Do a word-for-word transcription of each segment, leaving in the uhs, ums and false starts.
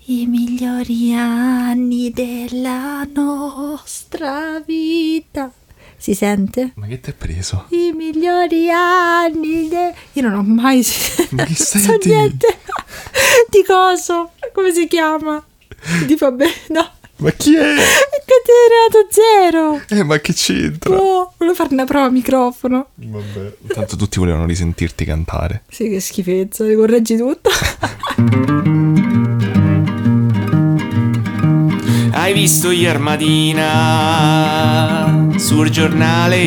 I migliori anni della nostra vita. Si sente? Ma che ti hai preso? I migliori anni de... Io non ho mai Ma che stai so a dire? niente di coso. Come si chiama? Di vabbè, no. Ma chi è? È Catenato Zero. Eh, ma che c'entra? Oh, volevo fare una prova a microfono. Vabbè. Tanto tutti volevano risentirti cantare. Sì, che schifezza, le correggi tutto. Hai visto ieri mattina sul giornale?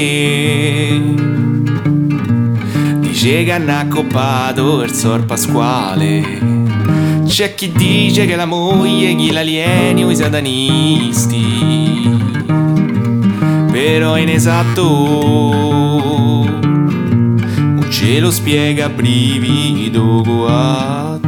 Dice che hanno accoppato il Sor Pasquale. C'è chi dice che la moglie chi l'alieni o i satanisti. Però in esatto non ce lo spiega brivido coatto.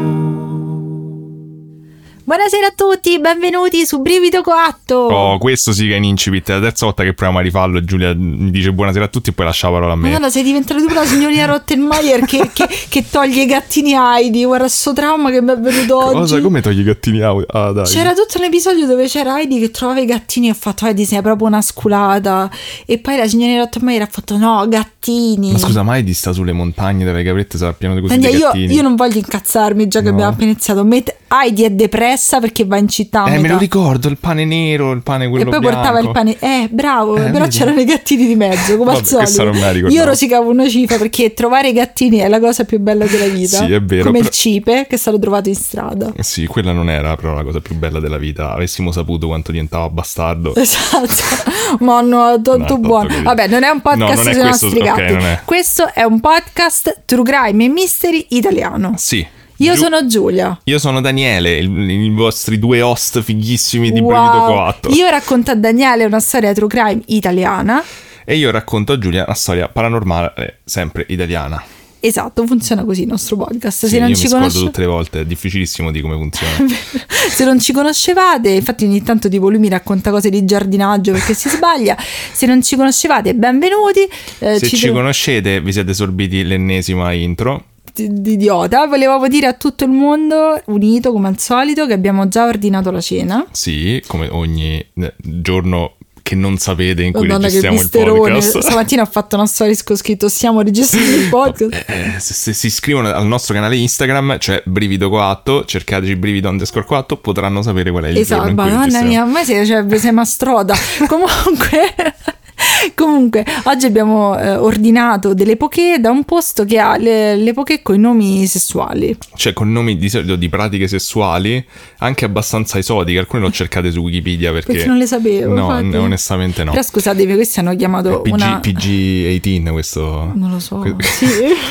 Buonasera a tutti, benvenuti su Brivido Coatto. Oh, questo sì che è un incipit. È la terza volta che proviamo a rifarlo e Giulia mi dice buonasera a tutti e poi lascia la parola a me. Madonna, sei diventata tu la signorina Rottenmeier che, che, che toglie i gattini a Heidi. Guarda sto trauma che mi è venuto oggi. Cosa? Come togli i gattini? Ah, dai. C'era tutto un episodio dove c'era Heidi che trovava i gattini e ho fatto Heidi sei proprio una sculata. E poi la signorina Rottenmeier ha fatto no, gattini. Ma scusa, mai di sta sulle montagne dove le caprette sarà pieno di così Daniele, di io, gattini? io non voglio incazzarmi già che No. abbiamo appena iniziato. Met- Heidi è depressa perché va in città a Eh, me metà. lo ricordo, il pane nero, il pane quello E poi bianco. portava il pane. Eh, bravo, Eh, però vedi? c'erano i gattini di mezzo, come Vabbè, al solito. questa non me la ricordavo. Io rosicavo una cifra perché trovare i gattini è la cosa più bella della vita. Sì, è vero, Come però- il cipe che è stato trovato in strada. Sì, quella non era però la cosa più bella della vita. Avessimo saputo quanto diventava bastardo. Esatto, ma no, tanto No, buono. tanto Vabbè, non è un podcast No, non è sui questo, nostri ok, gatti. non è. Questo è un podcast True Crime e Mystery italiano. Sì. Io Giu- sono Giulia. Io sono Daniele, il- i vostri due host fighissimi di Wow. Brivido Coatto. Io racconto a Daniele una storia True Crime italiana. E io racconto a Giulia una storia paranormale, sempre italiana. Esatto, funziona così il nostro podcast. Sì, Se non io ci mi scordo conosce... tutte le volte, è difficilissimo di come funziona. Se non ci conoscevate, infatti ogni tanto tipo lui mi racconta cose di giardinaggio perché si sbaglia. Se non ci conoscevate, benvenuti. Eh, Se ci, tro- conoscete, vi siete sorbiti l'ennesima intro. di di idiota. Volevamo dire a tutto il mondo unito come al solito che abbiamo già ordinato la cena. Sì, come ogni eh, giorno che non sapete in cui Madonna che registriamo il misterone. podcast. Stamattina ho fatto una storia con scritto stiamo registrando il podcast. Eh, se, se si iscrivono al nostro canale Instagram, cioè Brivido Coatto, cercateci Brivido underscore Coatto, potranno sapere qual è il Esatto, giorno in cui madonna registriamo. mia, a me sei, cioè, sei mastroda. Comunque, comunque, oggi abbiamo eh, ordinato delle poké da un posto che ha le, le poké con i nomi sessuali. Cioè con nomi di solito di pratiche sessuali anche abbastanza esotiche. Alcune le ho cercate su Wikipedia perché, Perché non le sapevo. No, infatti. n- onestamente no. Però scusatemi, questi hanno chiamato P G, una... P G diciotto questo, Non lo so. que- Sì.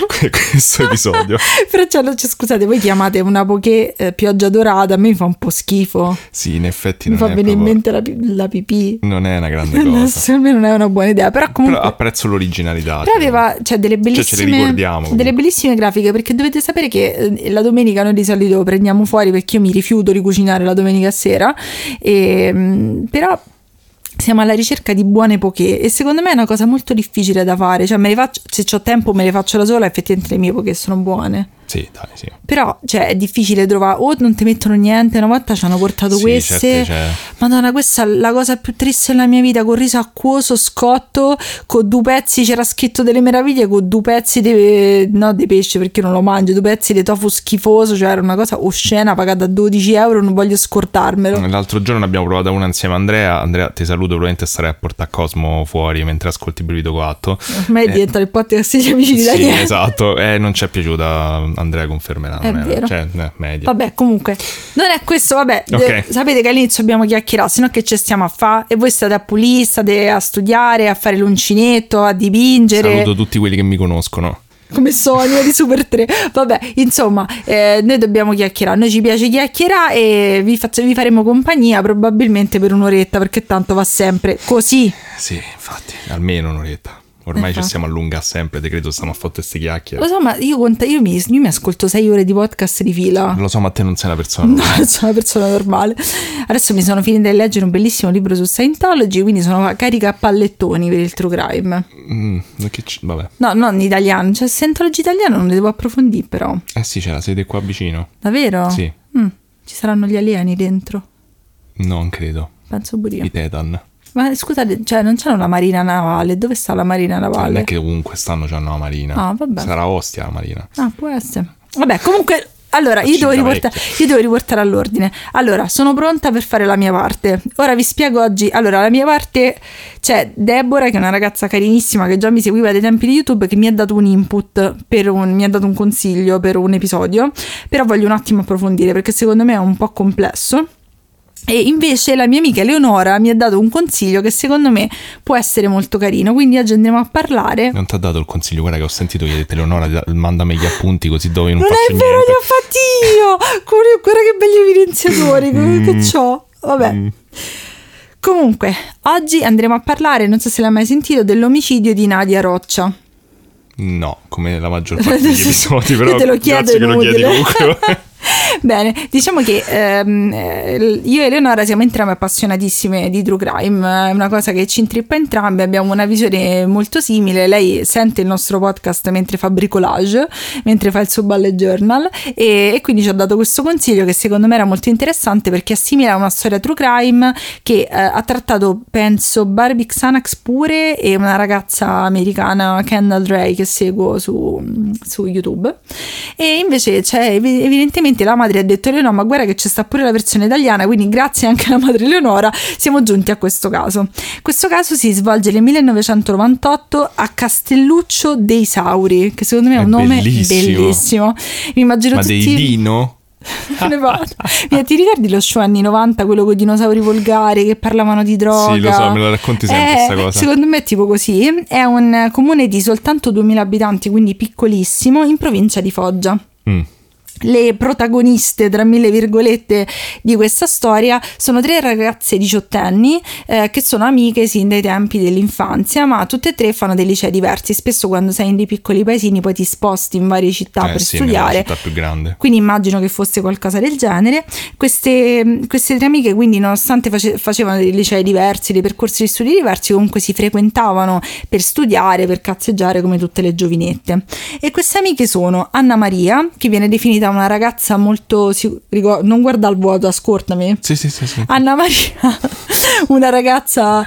questo episodio. Però cioè, cioè, scusate, voi chiamate una poké eh, pioggia dorata, a me mi fa un po' schifo. Sì, in effetti Mi non fa è venire in proprio- mente la, pi- la pipì. non è una grande cosa. Secondo me non è una buona idea. Però comunque... Però apprezzo l'originalità. Però cioè. aveva cioè, delle ce le bellissime ricordiamo, comunque. delle bellissime grafiche, perché dovete sapere che eh, la domenica noi di solito prendiamo fuori perché io mi rifiuto di cucinare la domenica sera e, mh, però siamo alla ricerca di buone poké e secondo me è una cosa molto difficile da fare, cioè me le faccio, se ho tempo me le faccio da sola, effettivamente le mie poké sono buone. Sì, dai, sì. Però cioè, è difficile trovare, o non ti mettono niente. Una volta ci hanno portato Sì, queste, certe, cioè- Madonna, questa è la cosa più triste della mia vita, con riso acquoso, scotto, con due pezzi, c'era scritto delle meraviglie, con due pezzi di, no, di pesce perché io non lo mangio, due pezzi di tofu schifoso, cioè era una cosa oscena, pagata dodici euro, non voglio scordarmelo. L'altro giorno ne abbiamo provata una insieme a Andrea. Andrea, ti saluto, probabilmente starei a portare Cosmo fuori mentre ascolti Brivido Coatto. Ormai diventa il podcast degli amici di Sì, Daniele. esatto, eh, non ci è piaciuta, Andrea confermerà. È non vero. Cioè, eh, media. Vabbè, comunque, non è questo, vabbè, Ok. eh, sapete che all'inizio abbiamo chiacchierato, sennò che ci stiamo a fare? E voi state a pulire, state a studiare, a fare l'uncinetto, a dipingere. Saluto tutti quelli che mi conoscono. Come Sonia di Super tre. Vabbè, insomma, eh, noi dobbiamo chiacchierare, noi ci piace chiacchierare e vi, faccio, vi faremo compagnia probabilmente per un'oretta, perché tanto va sempre così. Sì, infatti, almeno un'oretta. Ormai Infatti. ci stiamo a allungare sempre, te credo stiamo a fare queste chiacchiere. Lo so, ma io, conta, io, mi, io mi ascolto sei ore di podcast di fila. Lo so, ma te non sei una persona No, normale. sono una persona normale. Adesso mi sono finita di leggere un bellissimo libro su Scientology, quindi sono carica a pallettoni per il true crime. Mm, che c- vabbè. No, non italiano, cioè Scientology italiano non le devo approfondire però. Eh sì, c'è la sede qua vicino. Davvero? Sì. Mm. Ci saranno gli alieni dentro? Non credo. Penso pure io. I Tetan. Ma scusate, cioè non c'è una marina navale? Dove sta la marina navale? Non è che ovunque stanno c'hanno la marina. Ah, vabbè. Sarà Ostia la marina. Ah, può essere. Vabbè, comunque... Allora, io devo, riportare, io devo riportare all'ordine. Allora, sono pronta per fare la mia parte. Ora vi spiego oggi. Allora, la mia parte c'è Deborah, che è una ragazza carinissima che già mi seguiva dai tempi di YouTube, che mi ha dato un input, per un, mi ha dato un consiglio per un episodio. Però voglio un attimo approfondire perché secondo me è un po' complesso. E invece la mia amica Eleonora mi ha dato un consiglio che secondo me può essere molto carino, quindi oggi andremo a parlare. Non ti ha dato il consiglio, guarda che ho sentito che hai detto Eleonora mandami gli appunti così dove non, non faccio è vero, niente. li ho fatti io. Guarda che belli evidenziatori mm. che c'ho. Vabbè. Mm. Comunque, oggi andremo a parlare, non so se l'hai mai sentito, dell'omicidio di Nadia Roccia. No, come la maggior parte degli episodi, però io te lo chiedo, grazie che lo chiedi comunque. Bene, diciamo che ehm, io e Eleonora siamo entrambe appassionatissime di true crime, è una cosa che ci intrippa entrambe, abbiamo una visione molto simile. Lei sente il nostro podcast mentre fa bricolage, mentre fa il suo bullet journal e, e quindi ci ha dato questo consiglio che secondo me era molto interessante perché assimila una storia true crime che eh, ha trattato, penso, Barbie Xanax pure e una ragazza americana, Kendall Ray, che seguo su, su YouTube. E invece c'è evidentemente la madre ha detto Eleonora, ma guarda che c'è sta pure la versione italiana, quindi grazie anche alla madre Eleonora siamo giunti a questo caso. Questo caso si svolge nel millenovecentonovantotto a Castelluccio dei Sauri, che secondo me è un è nome bellissimo. bellissimo. Mi immagino ma tutti... dei dino? Ti ricordi lo show anni novanta, quello con i dinosauri volgari che parlavano di droga? Sì, lo so, me lo racconti sempre eh, questa cosa. Secondo me è tipo così. È un comune di soltanto duemila abitanti, quindi piccolissimo, in provincia di Foggia. Mm. Le protagoniste, tra mille virgolette, di questa storia sono tre ragazze diciottenni eh, che sono amiche sin dai tempi dell'infanzia, ma tutte e tre fanno dei licei diversi. Spesso quando sei in dei piccoli paesini poi ti sposti in varie città eh, per sì, studiare, città più grande. Quindi immagino che fosse qualcosa del genere. Queste, queste tre amiche quindi, nonostante face, facevano dei licei diversi, dei percorsi di studi diversi, comunque si frequentavano per studiare, per cazzeggiare come tutte le giovinette. E queste amiche sono Anna Maria, che viene definita una ragazza molto sic- non guarda al vuoto, ascoltami. Sì, sì, sì, sì. Anna Maria, una ragazza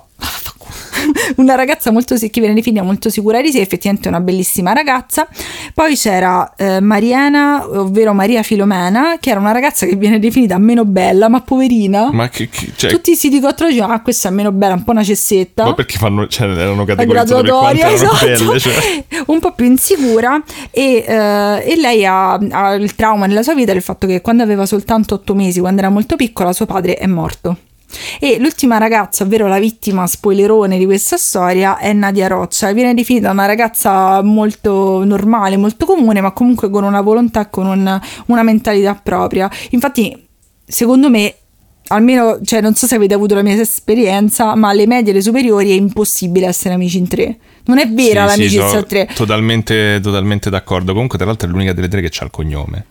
una ragazza molto che viene definita molto sicura di sé, effettivamente una bellissima ragazza. Poi c'era eh, Mariana, ovvero Maria Filomena, che era una ragazza che viene definita meno bella, ma poverina. Ma che, che cioè... tutti i siti che ho trovato dicevano, ah, questa è meno bella, un po' una cessetta. Ma perché fanno, cioè, erano categorizzate per quanto erano esatto. belle, cioè. Un po' più insicura e, eh, e lei ha, ha il trauma nella sua vita del fatto che quando aveva soltanto otto mesi, quando era molto piccola, suo padre è morto. E l'ultima ragazza, ovvero la vittima spoilerone di questa storia, è Nadia Roccia. Viene definita una ragazza molto normale, molto comune, ma comunque con una volontà, con un, una mentalità propria. Infatti, secondo me, almeno, cioè, non so se avete avuto la mia esperienza, ma alle medie e alle superiori è impossibile essere amici in tre. Non è vera sì, l'amicizia sì, a tre. Totalmente, totalmente d'accordo. Comunque, tra l'altro, è l'unica delle tre che c'ha il cognome.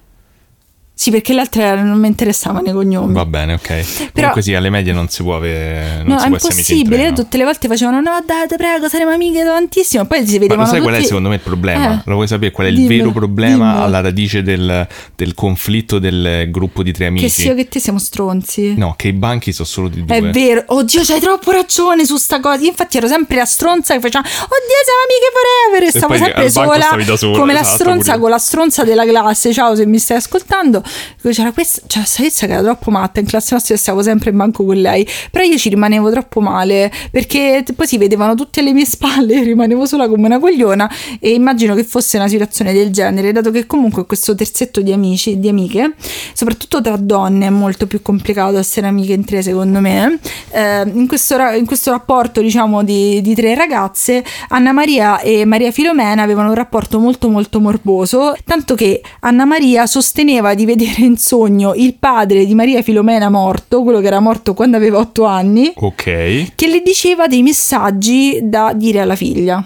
Sì, perché le altre non mi interessavano i cognomi. Va bene, ok. Però, comunque sì, alle medie non si può avere. Non no, si è può essere amici in tre, impossibile. no? Tutte le volte facevano, no, dai, te prego, saremo amiche tantissimo. Poi si vedevano. Ma lo sai tutti... qual è secondo me il problema? Eh, lo vuoi sapere qual è il dimmelo, vero problema dimmelo. alla radice del, del conflitto del gruppo di tre amici? Che sia che te siamo stronzi. No, che i banchi sono solo di due. È vero. Oddio, c'hai troppo ragione su sta cosa. Io infatti ero sempre la stronza che faceva, oddio, siamo amiche forever. E stavo sempre sola, sola, come esatto, la stronza, pure. con la stronza della classe. Ciao, se mi stai ascoltando. C'era questa, c'era questa che era troppo matta. In classe nostra stavo sempre in banco con lei, però io ci rimanevo troppo male perché poi si vedevano tutte alle mie spalle, rimanevo sola come una cogliona. E immagino che fosse una situazione del genere, dato che comunque questo terzetto di amici, di amiche, soprattutto tra donne, è molto più complicato essere amiche in tre, secondo me. Eh, in, questo, in questo rapporto, diciamo, di, di tre ragazze, Anna Maria e Maria Filomena avevano un rapporto molto molto morboso, tanto che Anna Maria sosteneva di vedere in sogno il padre di Maria Filomena morto, quello che era morto quando aveva otto anni, ok, che le diceva dei messaggi da dire alla figlia.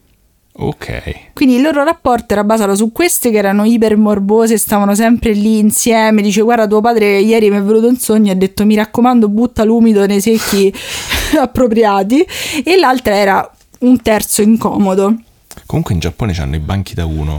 Ok. Quindi il loro rapporto era basato su queste che erano iper morbose, stavano sempre lì insieme. Dice, guarda, tuo padre ieri mi è venuto in sogno e ha detto, mi raccomando, butta l'umido nei secchi appropriati. E l'altra era un terzo incomodo. Comunque in Giappone c'hanno i banchi da uno.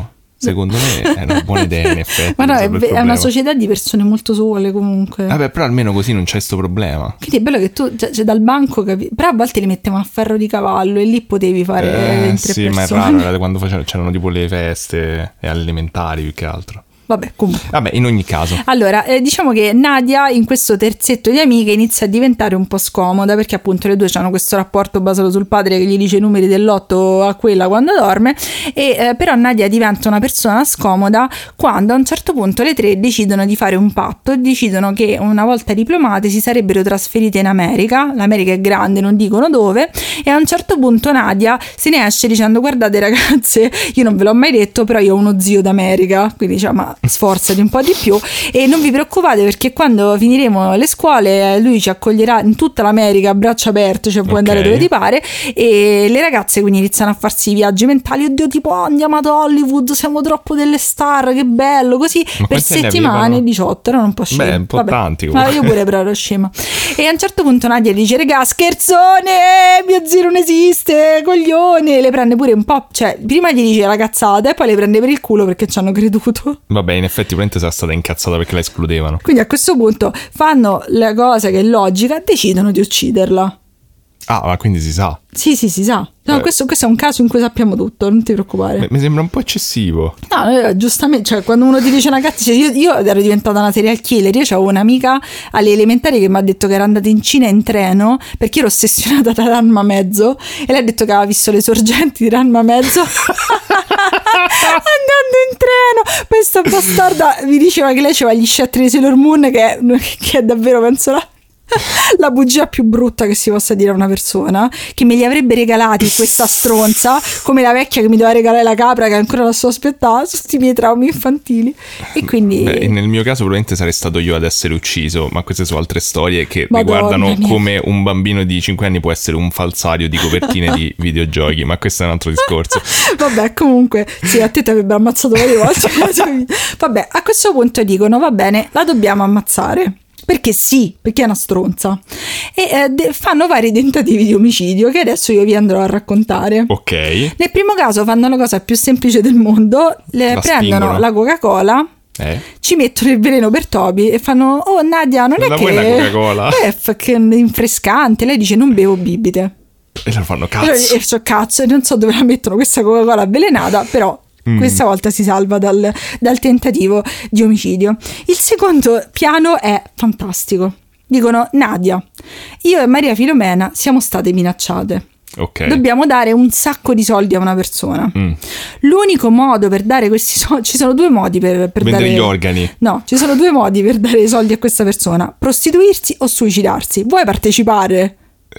Secondo me è una buona idea, in effetti. Ma no, è, risolve il è una problema. società di persone molto sole comunque. Vabbè, però almeno così non c'è sto problema. Quindi è bello che tu, cioè, cioè, dal banco, capi- però a volte li mettevano a ferro di cavallo e lì potevi fare Eh, in tre sì, ma è persone. raro, era quando facevano, c'erano tipo le feste e alimentari più che altro. Vabbè, comunque. Vabbè, in ogni caso. Allora, eh, diciamo che Nadia in questo terzetto di amiche inizia a diventare un po' scomoda perché appunto le due hanno questo rapporto basato sul padre che gli dice i numeri del lotto a quella quando dorme e eh, però Nadia diventa una persona scomoda quando a un certo punto le tre decidono di fare un patto e decidono che una volta diplomate si sarebbero trasferite in America. L'America è grande, non dicono dove, e a un certo punto Nadia se ne esce dicendo: guardate ragazze, io non ve l'ho mai detto, però io ho uno zio d'America, quindi diciamo ma sforzati un po' di più e non vi preoccupate perché quando finiremo le scuole lui ci accoglierà in tutta l'America a braccia aperte, cioè puoi Ok. andare dove ti pare. E le ragazze quindi iniziano a farsi i viaggi mentali: oddio, tipo andiamo ad Hollywood, siamo troppo delle star, che bello, così Ma per quanti anni settimane. avevano? diciotto, erano un po' scemi. Beh, un po' Vabbè. tanti Ma comunque. io pure però ero scema. E a un certo punto Nadia dice: regà, scherzone, mio zio non esiste, coglione. Le prende pure un po', cioè prima gli dice la cazzata e poi le prende per il culo perché ci hanno creduto. Vabbè, in effetti probabilmente sarà stata incazzata perché la escludevano. Quindi a questo punto fanno la cosa che è logica, decidono di ucciderla. Ah, ma quindi si sa. Sì, sì, si sa. No, Eh. questo, questo è un caso in cui sappiamo tutto, non ti preoccupare. Mi- Mi sembra un po' eccessivo. No, eh, giustamente, cioè quando uno ti dice una cazzo, cioè, io, io ero diventata una serial killer. Io avevo un'amica alle elementari che mi ha detto che era andata in Cina in treno perché ero ossessionata da Ranma Mezzo e lei ha detto che aveva visto le sorgenti di Ranma Mezzo andando in treno. Questa bastarda mi diceva che lei aveva gli scettri di Sailor Moon, che è, che è davvero, penso, la, la bugia più brutta che si possa dire a una persona, che me li avrebbe regalati questa stronza, come la vecchia che mi doveva regalare la capra che ancora la sto aspettando, su questi miei traumi infantili. E quindi Beh, nel mio caso probabilmente sarei stato io ad essere ucciso, ma queste sono altre storie che Madonna riguardano mia. come un bambino di cinque anni può essere un falsario di copertine di videogiochi, ma questo è un altro discorso. vabbè, comunque sì, a te ti avrebbero ammazzato varie volte. Vabbè, a questo punto dicono: va bene, la dobbiamo ammazzare. Perché sì, perché è una stronza. E eh, de- fanno vari tentativi di omicidio che adesso io vi andrò a raccontare. Ok. Nel primo caso fanno la cosa più semplice del mondo: le La prendono spingono. la Coca-Cola, Eh? ci mettono il veleno per Toby e fanno: oh Nadia, non Non è la che vuoi la Coca-Cola? Eh, fa- che è rinfrescante. Lei dice: non bevo bibite. E lo fanno E allora- cazzo. E so cazzo, non so dove la mettono questa Coca-Cola avvelenata, però Mm. questa volta si salva dal, dal tentativo di omicidio. Il secondo piano è fantastico. Dicono: Nadia, io e Maria Filomena siamo state minacciate. Ok. Dobbiamo dare un sacco di soldi a una persona. Mm. L'unico modo per dare questi soldi, ci sono due modi per, per Vendere dare gli organi. No, ci sono due modi per dare i soldi a questa persona: prostituirsi o suicidarsi. Vuoi partecipare?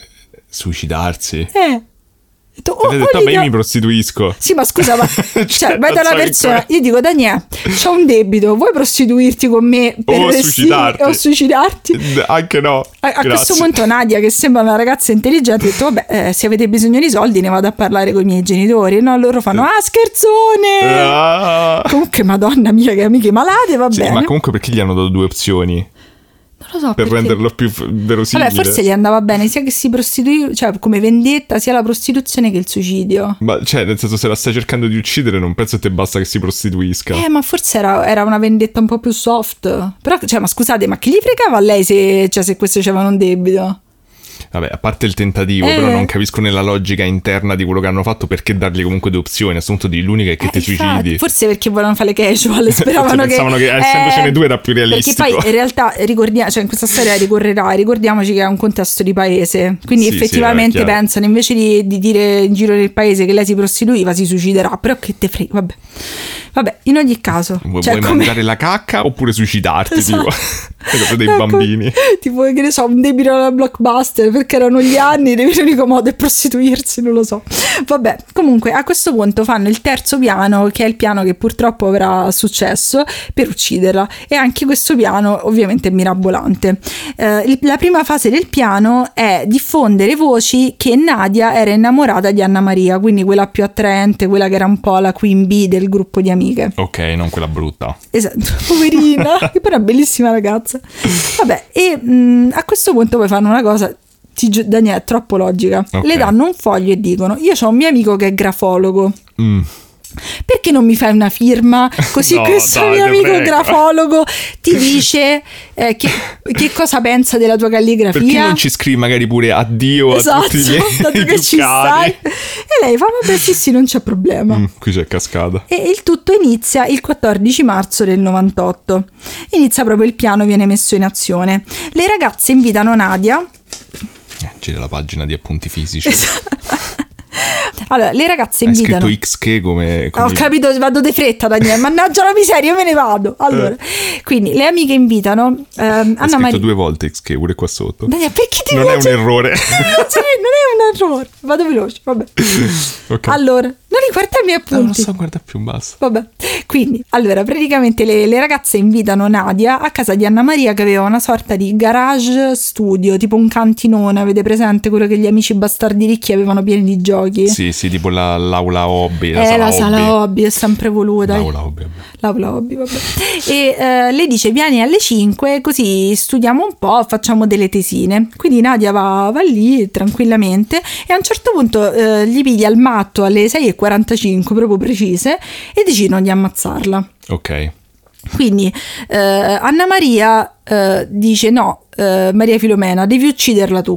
Suicidarsi. Eh. Ho detto, E oh, hai detto, oh, vabbè, io mica- mi prostituisco. Sì, ma scusa, ma Cioè, cioè, vai non da una so che persona, cosa- io dico: Daniele, c'ho un debito, vuoi prostituirti con me per O resti- suicidarti. o suicidarti? Anche no. A, a Grazie. questo punto Nadia, che sembra una ragazza intelligente, ha detto: vabbè, eh, se avete bisogno di soldi ne vado a parlare con i miei genitori. No, loro fanno: ah, scherzone! Ah. Comunque, madonna mia, che amiche malate, va Sì, bene. ma comunque perché gli hanno dato due opzioni? Non lo so Per perché. renderlo più f- verosimile. Vabbè, forse gli andava bene sia che si prostituiva, cioè come vendetta, sia la prostituzione che il suicidio. Ma cioè, nel senso, se la stai cercando di uccidere, non penso a te basta che si prostituisca. Eh, ma forse era, era una vendetta un po' più soft. Però, cioè, ma scusate, ma che gli fregava a lei se, cioè, se questi avevano un debito? Vabbè, a parte il tentativo, Eh. però non capisco nella logica interna di quello che hanno fatto perché dargli comunque due opzioni. A questo punto di l'unica è che Eh, ti infatti, suicidi. forse perché volevano fare le casual, speravano Forse pensavano che, che essendocene due era più realistico. Perché poi in realtà ricordiamo, cioè in questa storia ricorrerà, ricordiamoci che è un contesto di paese, quindi Sì, sì, effettivamente è chiaro. pensano invece di, di dire in giro nel paese che lei si prostituiva, si suiciderà, però che te frega, vabbè. Vabbè, in ogni caso, Vuoi, cioè, vuoi come- mangiare la cacca oppure suicidarti? Esatto. Tipo, È cosa dei Ecco, bambini. tipo, che ne so, un debito alla Blockbuster perché erano gli anni, l'unico modo è prostituirsi, non lo so. Vabbè, comunque a questo punto fanno il terzo piano, che è il piano che purtroppo avrà successo, per ucciderla, e anche questo piano ovviamente è mirabolante. Eh, il- la prima fase del piano è diffondere voci che Nadia era innamorata di Anna Maria, quindi quella più attraente, quella che era un po' la queen bee del gruppo di amiche. Ok, non quella brutta. Esatto, poverina, che poi è una bellissima ragazza. Vabbè, e mh, a questo punto poi fanno una cosa, ti gi- Daniele, è troppo logica. Ok. Le danno un foglio e dicono: io ho un mio amico che è grafologo. Mm. perché non mi fai una firma? Così No, questo dai, mio te amico prego. grafologo ti dice eh, che, che cosa pensa della tua calligrafia. Perché non ci scrivi magari pure addio Esatto, a tutti i miei dato che ci stai. ducati? E lei fa, vabbè sì sì, non c'è problema. Mm, qui c'è cascata. E il tutto inizia il quattordici marzo del novantotto. Inizia proprio il piano, viene messo in azione. Le ragazze invitano Nadia. Eh, gira la pagina di appunti fisici. Allora, le ragazze Hai invitano. scritto X che come... come... Ho capito, vado de fretta, Daniele. Mannaggia la miseria, io me ne vado. Allora, quindi le amiche invitano ehm, Hai Anna scritto Maria. due volte X che pure qua sotto. Daniele, perché ti Non è un piace? errore. Sì, non è un errore. Vado veloce, vabbè. Ok. Allora, non riguarda i miei No, non appunti. so, guarda più, basta. Vabbè, quindi, allora, praticamente le, le ragazze invitano Nadia a casa di Anna Maria, che aveva una sorta di garage studio, tipo un cantinone, avete presente quello che gli amici bastardi ricchi avevano pieni di giochi? Sì, sì, tipo la, l'aula hobby, la Eh, sala la hobby. sala hobby è sempre voluta. L'aula hobby. L'aula hobby, vabbè. E eh, le dice vieni alle cinque così studiamo un po', facciamo delle tesine. Quindi Nadia va, va lì tranquillamente e a un certo punto eh, gli piglia il matto alle sei e quarantacinque proprio precise e decidono di ammazzarla. Ok. Quindi eh, Anna Maria eh, dice no, eh, Maria Filomena, devi ucciderla tu.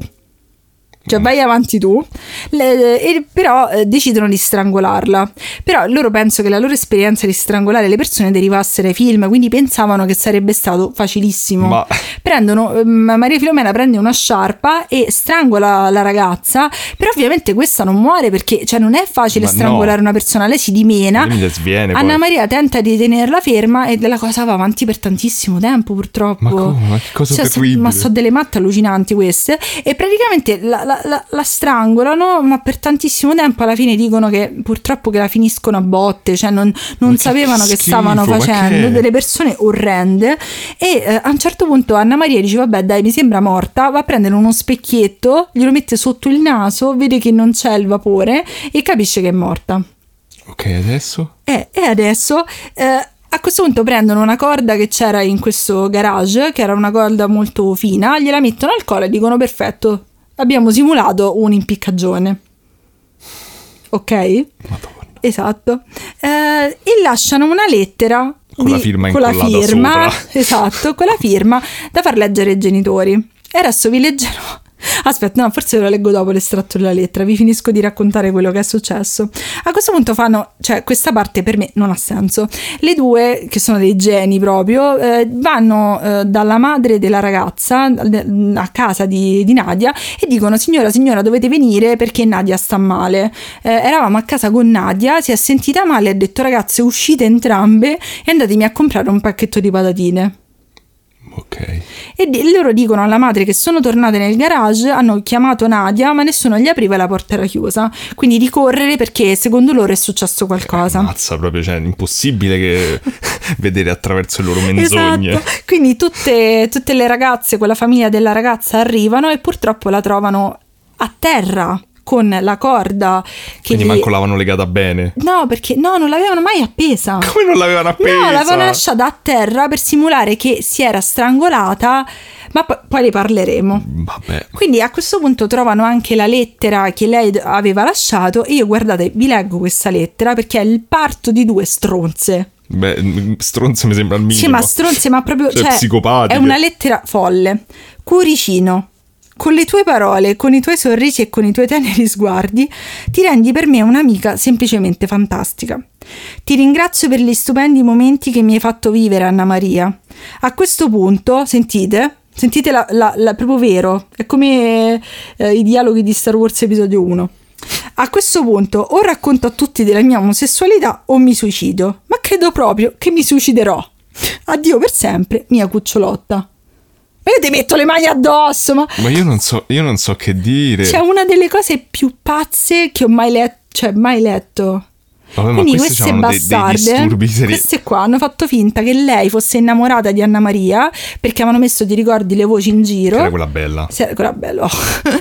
Cioè vai avanti tu. Le, e però eh, decidono di strangolarla. Però loro penso che la loro esperienza di strangolare le persone derivasse dai film, quindi pensavano che sarebbe stato facilissimo. Ma- Prendono eh, Maria Filomena prende una sciarpa e strangola la ragazza, però ovviamente questa non muore perché cioè non è facile Ma strangolare no. una persona, lei si dimena. Lei mi sviene Anna poi. Maria tenta di tenerla ferma e la cosa va avanti per tantissimo tempo, purtroppo. Ma come? Ma che cosa Cioè, so- terribile. ma so delle matte allucinanti queste. E praticamente la, la- la- la strangolano, ma per tantissimo tempo alla fine dicono che purtroppo che la finiscono a botte, cioè non, non Ma che sapevano che schifo, stavano ma facendo, che- delle persone orrende. E eh, a un certo punto Anna Maria dice vabbè dai, mi sembra morta, va a prendere uno specchietto, glielo mette sotto il naso, vede che non c'è il vapore e capisce che è morta. Ok, adesso? E, e adesso eh, a questo punto prendono una corda che c'era in questo garage, che era una corda molto fina, gliela mettono al collo e dicono perfetto, abbiamo simulato un'impiccagione. Ok? Madonna. Esatto. Eh, e lasciano una lettera Con la firma con la incollata firma, sopra. esatto, con la firma da far leggere ai genitori. E adesso vi leggerò. Aspetta, no, forse ve lo leggo dopo l'estratto della lettera, vi finisco di raccontare quello che è successo. A questo punto fanno, cioè questa parte per me non ha senso. Le due, che sono dei geni proprio, eh, vanno eh, dalla madre della ragazza a casa di, di Nadia e dicono signora, signora dovete venire perché Nadia sta male. Eh, eravamo a casa con Nadia, si è sentita male e ha detto ragazze uscite entrambe e andatemi a comprare un pacchetto di patatine. Ok. E di- loro dicono alla madre che sono tornate nel garage, hanno chiamato Nadia ma nessuno gli apriva e la porta era chiusa, quindi di correre perché secondo loro è successo qualcosa. Mazza proprio, cioè impossibile che vedere attraverso le loro menzogne. Esatto, quindi tutte, tutte le ragazze con la famiglia della ragazza arrivano e purtroppo la trovano a terra con la corda che Quindi gli- manco l'avevano legata bene. no, perché no, non l'avevano mai appesa. Come non l'avevano appesa? No, l'avevano lasciata a terra per simulare che si era strangolata, ma poi, poi ne parleremo. Vabbè. Quindi a questo punto trovano anche la lettera che lei d- aveva lasciato e io guardate, vi leggo questa lettera perché è il parto di due stronze. Beh, stronzo mi sembra il minimo. Sì, ma stronze, ma proprio Cioè, cioè, psicopatiche. è una lettera folle. Cuoricino, con le tue parole, con i tuoi sorrisi e con i tuoi teneri sguardi, ti rendi per me un'amica semplicemente fantastica. Ti ringrazio per gli stupendi momenti che mi hai fatto vivere, Anna Maria. A questo punto, sentite, sentite la, la, la proprio vero, è come eh, i dialoghi di Star Wars episodio uno. A questo punto o racconto a tutti della mia omosessualità o mi suicido, ma credo proprio che mi suiciderò. Addio per sempre, mia cucciolotta. Ma io ti metto le mani addosso, ma... Ma io non so, io non so che dire. C'è una delle cose più pazze che ho mai letto, cioè mai letto. Vabbè, ma Quindi questi queste c'hanno dei- dei bastarde, disturbi seri- queste qua hanno fatto finta che lei fosse innamorata di Anna Maria perché avevano messo, ti ricordi, le voci in giro. Che era quella bella. Sì, era quella bella. oh.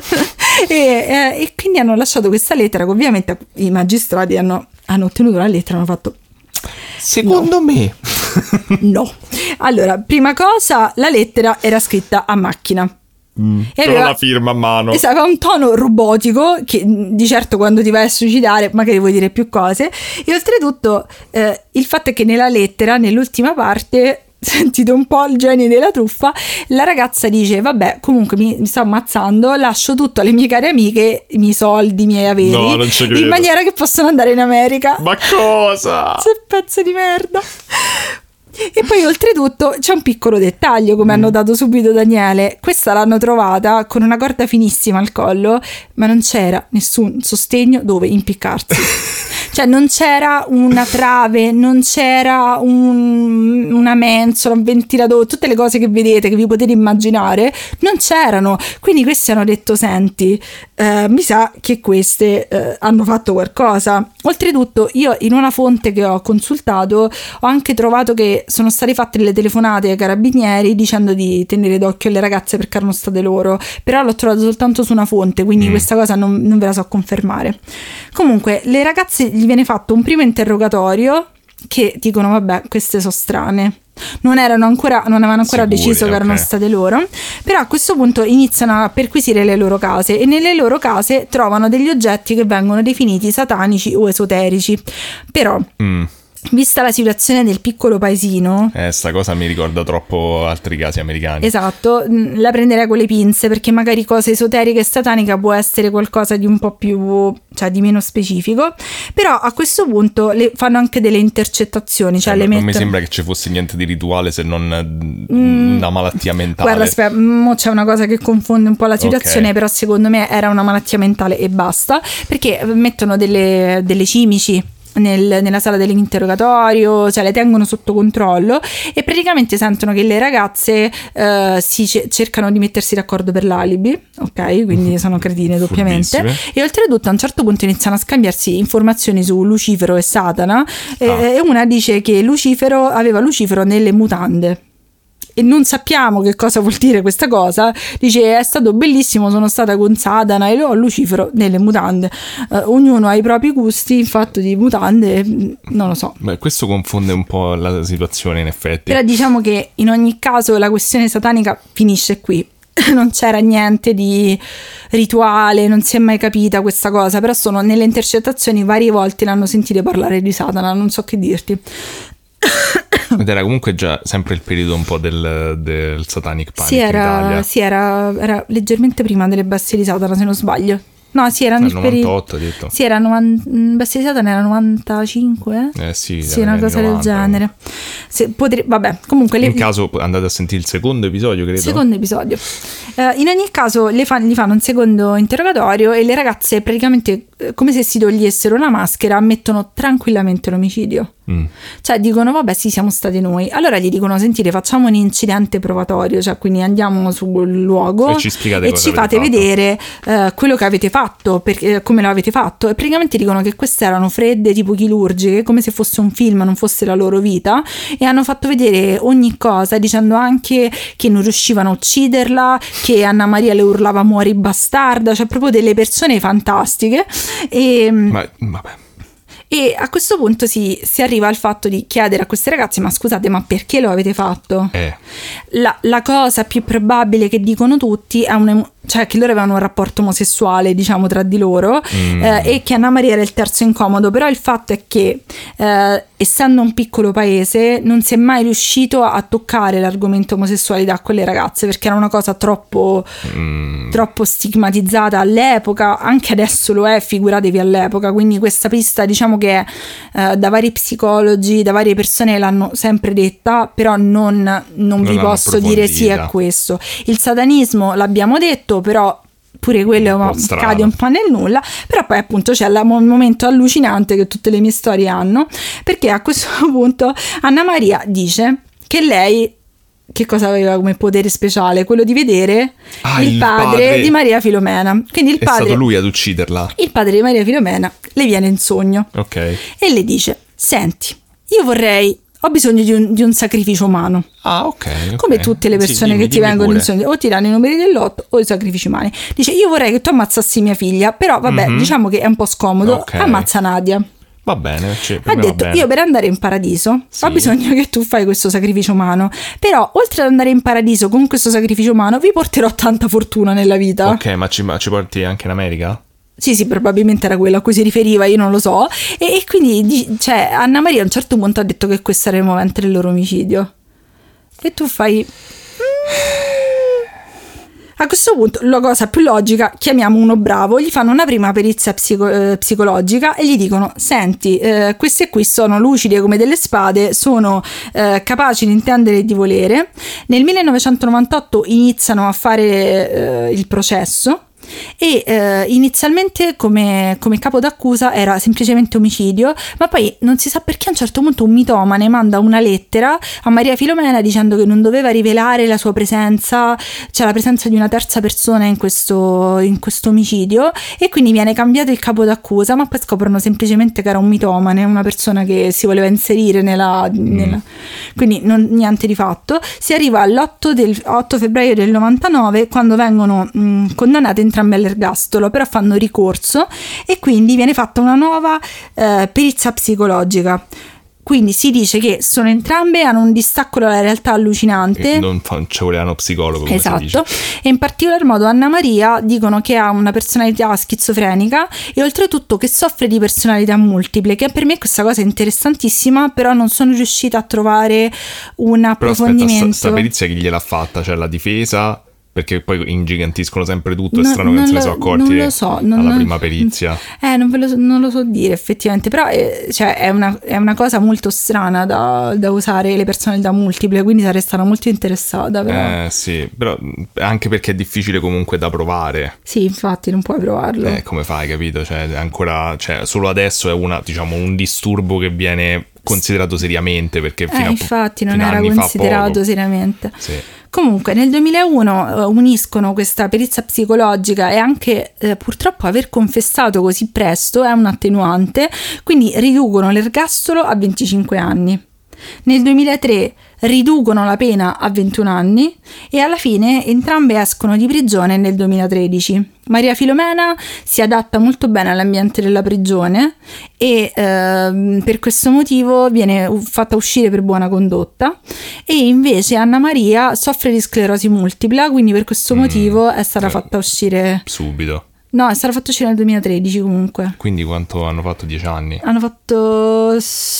e, eh, e quindi hanno lasciato questa lettera che ovviamente i magistrati hanno, hanno ottenuto la lettera, hanno fatto Secondo me. no. Allora, prima cosa, la lettera era scritta a macchina. Mm, e aveva la firma a mano. Esatto, aveva un tono robotico che di certo quando ti vai a suicidare magari vuoi dire più cose. E oltretutto eh, il fatto è che nella lettera, nell'ultima parte, sentite un po' il genio della truffa, la ragazza dice vabbè comunque mi, mi sto ammazzando, lascio tutto alle mie care amiche, i miei soldi, i miei averi, no, non ci credo, in maniera che possono andare in America. Ma cosa? Che pezzo di merda. E poi oltretutto c'è un piccolo dettaglio, come mm. ha notato subito Daniele: questa l'hanno trovata con una corda finissima al collo, ma non c'era nessun sostegno dove impiccarsi. Cioè non c'era una trave, non c'era un, una mensola, un ventilatore, tutte le cose che vedete, che vi potete immaginare, non c'erano. Quindi questi hanno detto senti, eh, mi sa che queste eh, hanno fatto qualcosa. Oltretutto io in una fonte che ho consultato ho anche trovato che sono state fatte delle telefonate ai carabinieri dicendo di tenere d'occhio le ragazze perché erano state loro, però l'ho trovato soltanto su una fonte, quindi mm. questa cosa non, non ve la so confermare. Comunque le ragazze gli viene fatto un primo interrogatorio che dicono vabbè queste sono strane, non erano ancora non avevano ancora Sicuri, deciso che okay. erano state loro, però a questo punto iniziano a perquisire le loro case e nelle loro case trovano degli oggetti che vengono definiti satanici o esoterici. Però mm. vista la situazione del piccolo paesino, eh, sta cosa mi ricorda troppo altri casi americani. Esatto, la prenderei con le pinze, perché magari cosa esoterica e satanica può essere qualcosa di un po' più, cioè di meno specifico. Però a questo punto le fanno anche delle intercettazioni, cioè eh, le non mettono... mi sembra che ci fosse niente di rituale se non mm, una malattia mentale. Guarda, aspetta, mo c'è una cosa che confonde un po' la situazione, okay. però secondo me era una malattia mentale e basta, perché mettono delle, delle cimici Nel, nella sala dell'interrogatorio, cioè le tengono sotto controllo e praticamente sentono che le ragazze uh, si c- cercano di mettersi d'accordo per l'alibi, ok? Quindi sono cretine doppiamente. Furbissime. E oltretutto a un certo punto iniziano a scambiarsi informazioni su Lucifero e Satana e, ah. e una dice che Lucifero aveva Lucifero nelle mutande. E non sappiamo che cosa vuol dire questa cosa. Dice è stato bellissimo, sono stata con Satana e ho Lucifero nelle mutande. uh, ognuno ha i propri gusti in fatto di mutande, non lo so. Beh, questo confonde un po' la situazione in effetti. Però diciamo che in ogni caso la questione satanica finisce qui. Non c'era niente di rituale, non si è mai capita questa cosa, però sono nelle intercettazioni varie volte l'hanno sentito parlare di Satana, non so che dirti. Ed era comunque già sempre il periodo un po' del, del Satanic Panic sì, era, in Italia. Sì, era, era leggermente prima delle bestie di Satana, se non sbaglio. No, sì, era nel novantotto, periodo. detto. Sì, era novanta, bestie di Satana era novantacinque. Eh sì, sì, una cosa novanta, del genere. Se, potre, vabbè, comunque in le, caso andate a sentire il secondo episodio, credo. Secondo episodio. Uh, in ogni caso le fan, gli fanno un secondo interrogatorio e le ragazze praticamente come se si togliessero la maschera ammettono tranquillamente l'omicidio. Mm. Cioè dicono vabbè sì, siamo stati noi. Allora gli dicono sentite, facciamo un incidente provatorio, cioè quindi andiamo sul luogo e ci, e ci fate vedere uh, quello che avete fatto, perché, come lo avete fatto. E praticamente dicono che queste erano fredde tipo chirurgiche, come se fosse un film, non fosse la loro vita, e hanno fatto vedere ogni cosa dicendo anche che non riuscivano a ucciderla, che Anna Maria le urlava muori bastarda, cioè proprio delle persone fantastiche. E ma vabbè. E a questo punto si, si arriva al fatto di chiedere a queste ragazze ma scusate, ma perché lo avete fatto? Eh. La, la cosa più probabile che dicono tutti è un, cioè che loro avevano un rapporto omosessuale, diciamo, tra di loro, mm. eh, e che Anna Maria era il terzo incomodo. Però il fatto è che eh, essendo un piccolo paese non si è mai riuscito a toccare l'argomento omosessualità a quelle ragazze, perché era una cosa troppo mm. troppo stigmatizzata all'epoca, anche adesso lo è, figuratevi all'epoca. Quindi questa pista, diciamo che eh, da vari psicologi, da varie persone l'hanno sempre detta, però non, non, non vi posso dire sì è questo. Il satanismo l'abbiamo detto, però pure quello un cade un po' nel nulla. Però poi appunto c'è il momento allucinante che tutte le mie storie hanno, perché a questo punto Anna Maria dice che lei che cosa aveva come potere speciale? Quello di vedere ah, il, il padre, padre di Maria Filomena. Quindi il è padre, stato lui ad ucciderla. Il padre di Maria Filomena le viene in sogno, okay. E le dice senti, io vorrei ho bisogno di un, di un sacrificio umano. Ah, ok. okay. Come tutte le persone sì, dimmi, che ti vengono pure. in sogno, o ti danno i numeri del lotto o i sacrifici umani. Dice io vorrei che tu ammazzassi mia figlia, però vabbè, mm-hmm. diciamo che è un po' scomodo, okay. Ammazza Nadia. Va bene, cioè, per Ha me va detto: bene. io per andare in paradiso Sì. ho bisogno che tu fai questo sacrificio umano, però oltre ad andare in paradiso con questo sacrificio umano vi porterò tanta fortuna nella vita. Ok, ma ci, ma ci porti anche in America? Sì, sì, probabilmente era quello a cui si riferiva, io non lo so. E, e quindi di- cioè, Anna Maria a un certo punto ha detto che questo era il movente del loro omicidio. E tu fai... A questo punto, la cosa più logica, chiamiamo uno bravo, gli fanno una prima perizia psico- eh, psicologica e gli dicono: senti, eh, queste qui sono lucide come delle spade, sono eh, capaci di intendere e di volere. Nel millenovecentonovantotto iniziano a fare eh, il processo. E eh, inizialmente come, come capo d'accusa era semplicemente omicidio, ma poi non si sa perché a un certo punto un mitomane manda una lettera a Maria Filomena dicendo che non doveva rivelare la sua presenza, cioè la presenza di una terza persona in questo, in questo omicidio, e quindi viene cambiato il capo d'accusa, ma poi scoprono semplicemente che era un mitomane, una persona che si voleva inserire nella, Mm. nella... quindi non, niente di fatto. Si arriva all'otto del, otto febbraio del novantanove, quando vengono mh, condannate entrambe all'ergastolo, però fanno ricorso e quindi viene fatta una nuova eh, perizia psicologica. Quindi si dice che sono entrambe, hanno un distacco dalla realtà allucinante. Non fa, ci voleva uno psicologo, come si dice. Esatto, e in particolar modo Anna Maria dicono che ha una personalità schizofrenica e oltretutto che soffre di personalità multiple, che per me questa cosa è interessantissima, però non sono riuscita a trovare un Però approfondimento. aspetta, sta, sta perizia chi gliel'ha fatta? Cioè la difesa? Perché poi ingigantiscono sempre tutto, è No, strano che non non se ne lo- sono accorti non lo so, non- alla prima perizia. Eh, non, ve lo so, non lo so dire effettivamente, però eh, cioè, è, una, è una cosa molto strana da, da usare le personalità multiple, quindi sarei stata molto interessata. Però. Eh sì, però mh, anche perché è difficile comunque da provare. Sì, infatti non puoi provarlo. Eh, come fai, capito? Cioè, è ancora, cioè, solo adesso è una, diciamo, un disturbo che viene considerato seriamente, perché fino Eh, a infatti non fino a era anni fa considerato poco. seriamente. Sì. Comunque nel duemilauno eh, uniscono questa perizia psicologica e anche eh, purtroppo aver confessato così presto è un attenuante, quindi riducono l'ergastolo a venticinque anni. Nel duemilatré riducono la pena a ventuno anni e alla fine entrambe escono di prigione nel duemilatredici. Maria Filomena si adatta molto bene all'ambiente della prigione e ehm, per questo motivo viene u- fatta uscire per buona condotta, e invece Anna Maria soffre di sclerosi multipla, quindi per questo Mm, motivo è stata eh. fatta uscire... Subito. No, è stata fatta uscire nel duemilatredici comunque. Quindi quanto hanno fatto? Dieci anni? Hanno fatto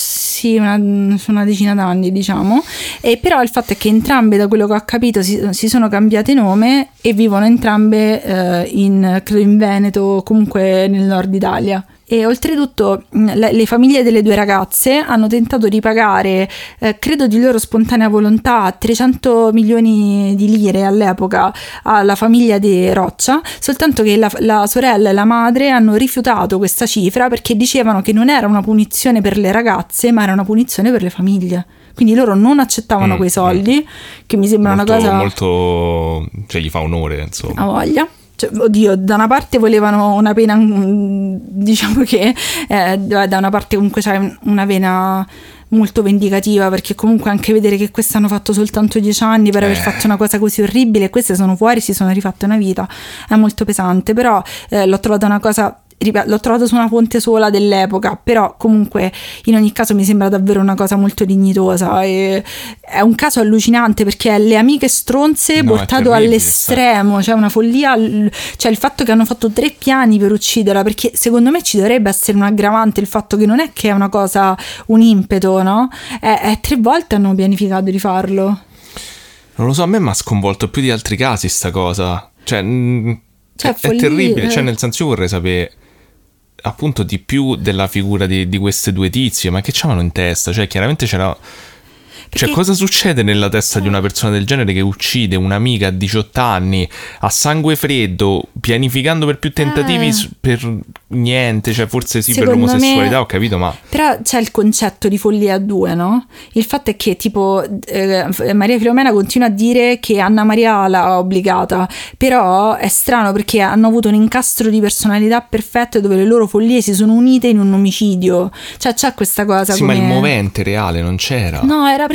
sì una, una decina d'anni, diciamo, e però il fatto è che entrambe, da quello che ho capito, si, si sono cambiate nome e vivono entrambe eh, in, credo in Veneto, comunque nel nord Italia. E oltretutto mh, le, le famiglie delle due ragazze hanno tentato di pagare, eh, credo di loro spontanea volontà, trecento milioni di lire all'epoca alla famiglia di Roccia, soltanto che la, la sorella e la madre hanno rifiutato questa cifra perché dicevano che non era una punizione per le ragazze, ma era una punizione per le famiglie. Quindi loro non accettavano Mm, quei soldi, che mi sembra molto, una cosa... molto, cioè gli fa onore, insomma. A voglia. Cioè, oddio, da una parte volevano una pena, mm, diciamo che eh, da una parte comunque c'è una pena molto vendicativa, perché comunque anche vedere che queste hanno fatto soltanto dieci anni per aver Eh. fatto una cosa così orribile e queste sono fuori, si sono rifatte una vita, è molto pesante, però eh, l'ho trovata una cosa... Ripeto, l'ho trovato su una fonte sola dell'epoca, però comunque in ogni caso mi sembra davvero una cosa molto dignitosa, e è un caso allucinante perché è le amiche stronze No, è portato terribile, all'estremo, cioè una follia, l- cioè il fatto che hanno fatto tre piani per ucciderla, perché secondo me ci dovrebbe essere un aggravante il fatto che non è che è una cosa, un impeto, no? È, è tre volte hanno pianificato di farlo. Non lo so, a me mi ha sconvolto più di altri casi sta cosa. Cioè, mh, Cioè, è, è follia, terribile. eh. Cioè, nel senso, io vorrei sapere appunto di più della figura di, di queste due tizie, ma che c'avevano in testa? Cioè, chiaramente c'era... Cioè, Perché- cosa succede nella testa di una persona del genere che uccide un'amica a diciotto anni a sangue freddo, pianificando per più tentativi Eh. s- per niente? Cioè, forse sì, per Secondo l'omosessualità, me- ho capito, ma... Però c'è il concetto di follia a due, no? Il fatto è che tipo eh, Maria Filomena continua a dire che Anna Maria l'ha obbligata, però è strano perché hanno avuto un incastro di personalità perfette dove le loro follie si sono unite in un omicidio. Cioè c'è questa cosa Sì, come... ma il movente reale non c'era. No, era perché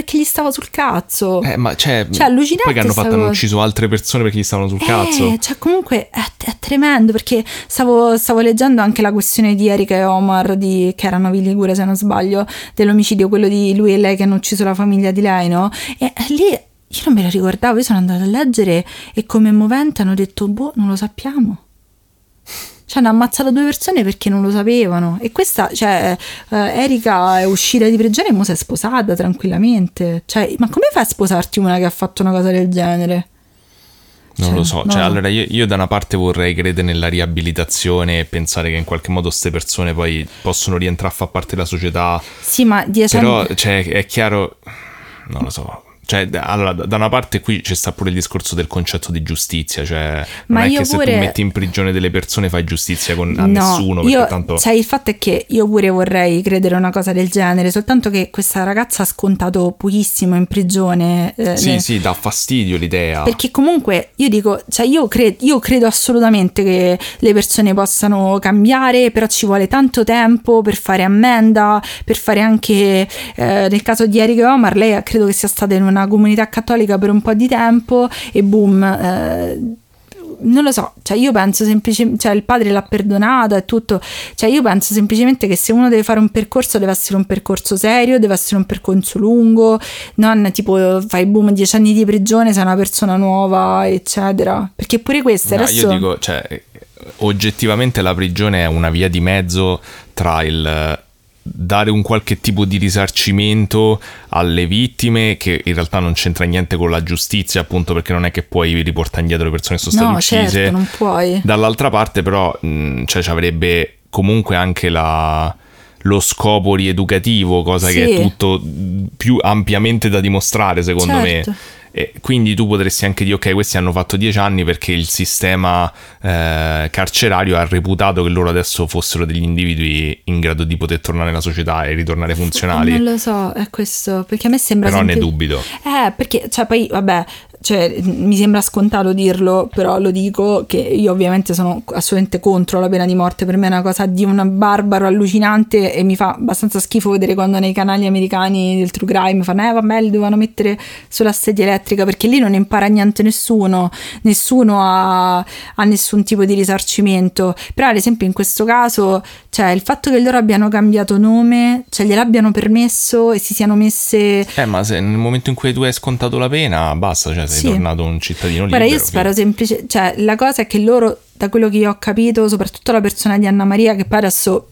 perché gli stava sul cazzo. Eh, ma cioè, cioè allucinante. Poi che hanno fatto, cosa. hanno ucciso altre persone perché gli stavano sul eh, cazzo. Cioè comunque è, è tremendo, perché stavo, stavo leggendo anche la questione di Erika e Omar, di, che erano Novi Ligure se non sbaglio, dell'omicidio, quello di lui e lei che hanno ucciso la famiglia di lei, no? E lì io non me lo ricordavo, io sono andata a leggere e come movente hanno detto boh, non lo sappiamo. Cioè hanno ammazzato due persone perché non lo sapevano. E questa, cioè, uh, Erika è uscita di prigione e mo si è sposata tranquillamente. Cioè, ma come fai a sposarti una che ha fatto una cosa del genere? Non cioè, lo so, no. Cioè allora io, io da una parte vorrei credere nella riabilitazione e pensare che in qualche modo queste persone poi possono rientrare a far parte della società. Sì, ma dieci Però, anni... cioè, è chiaro, non lo so. Cioè, allora, da una parte qui ci sta pure il discorso del concetto di giustizia, cioè non Ma è io che se pure... tu metti in prigione delle persone fai giustizia con, a no, nessuno, perché io, tanto... Cioè, il fatto è che io pure vorrei credere una cosa del genere, soltanto che questa ragazza ha scontato pochissimo in prigione. Eh, sì, ne... sì, dà fastidio l'idea. Perché comunque io dico, cioè io, cre- io credo assolutamente che le persone possano cambiare, però ci vuole tanto tempo per fare ammenda, per fare anche, eh, nel caso di Erika Omar, lei credo che sia stata in una comunità cattolica per un po' di tempo e boom, eh, non lo so, cioè io penso semplicemente, cioè il padre l'ha perdonata e tutto, cioè io penso semplicemente che se uno deve fare un percorso deve essere un percorso serio, deve essere un percorso lungo, non tipo fai boom dieci anni di prigione, sei una persona nuova eccetera, perché pure questo no, adesso... io dico, cioè oggettivamente la prigione è una via di mezzo tra il dare un qualche tipo di risarcimento alle vittime, che in realtà non c'entra niente con la giustizia, appunto perché non è che puoi riportare indietro le persone che sono state no, uccise. Certo, non puoi. Dall'altra parte però mh, cioè ci avrebbe comunque anche la, lo scopo rieducativo, cosa sì. che è tutto più ampiamente da dimostrare secondo certo. me. E quindi tu potresti anche dire ok, questi hanno fatto dieci anni perché il sistema eh, carcerario ha reputato che loro adesso fossero degli individui in grado di poter tornare nella società e ritornare funzionali. Non lo so, è questo, perché a me sembra però sempre... ne dubito. Eh, perché, cioè poi, vabbè, cioè, mi sembra scontato dirlo, però lo dico, che io ovviamente sono assolutamente contro la pena di morte, per me è una cosa di un barbaro allucinante e mi fa abbastanza schifo vedere quando nei canali americani del true crime fanno eh vabbè li dovevano mettere sulla sedia elettrica, perché lì non impara niente nessuno, nessuno ha, ha nessun tipo di risarcimento, però ad esempio in questo caso, cioè il fatto che loro abbiano cambiato nome, cioè gliel'abbiano permesso e si siano messe... Eh ma se nel momento in cui tu hai scontato la pena basta, cioè sei sì. tornato un cittadino libero. Guarda, io spero semplice, cioè la cosa è che loro, da quello che io ho capito, soprattutto la persona di Anna Maria, che poi adesso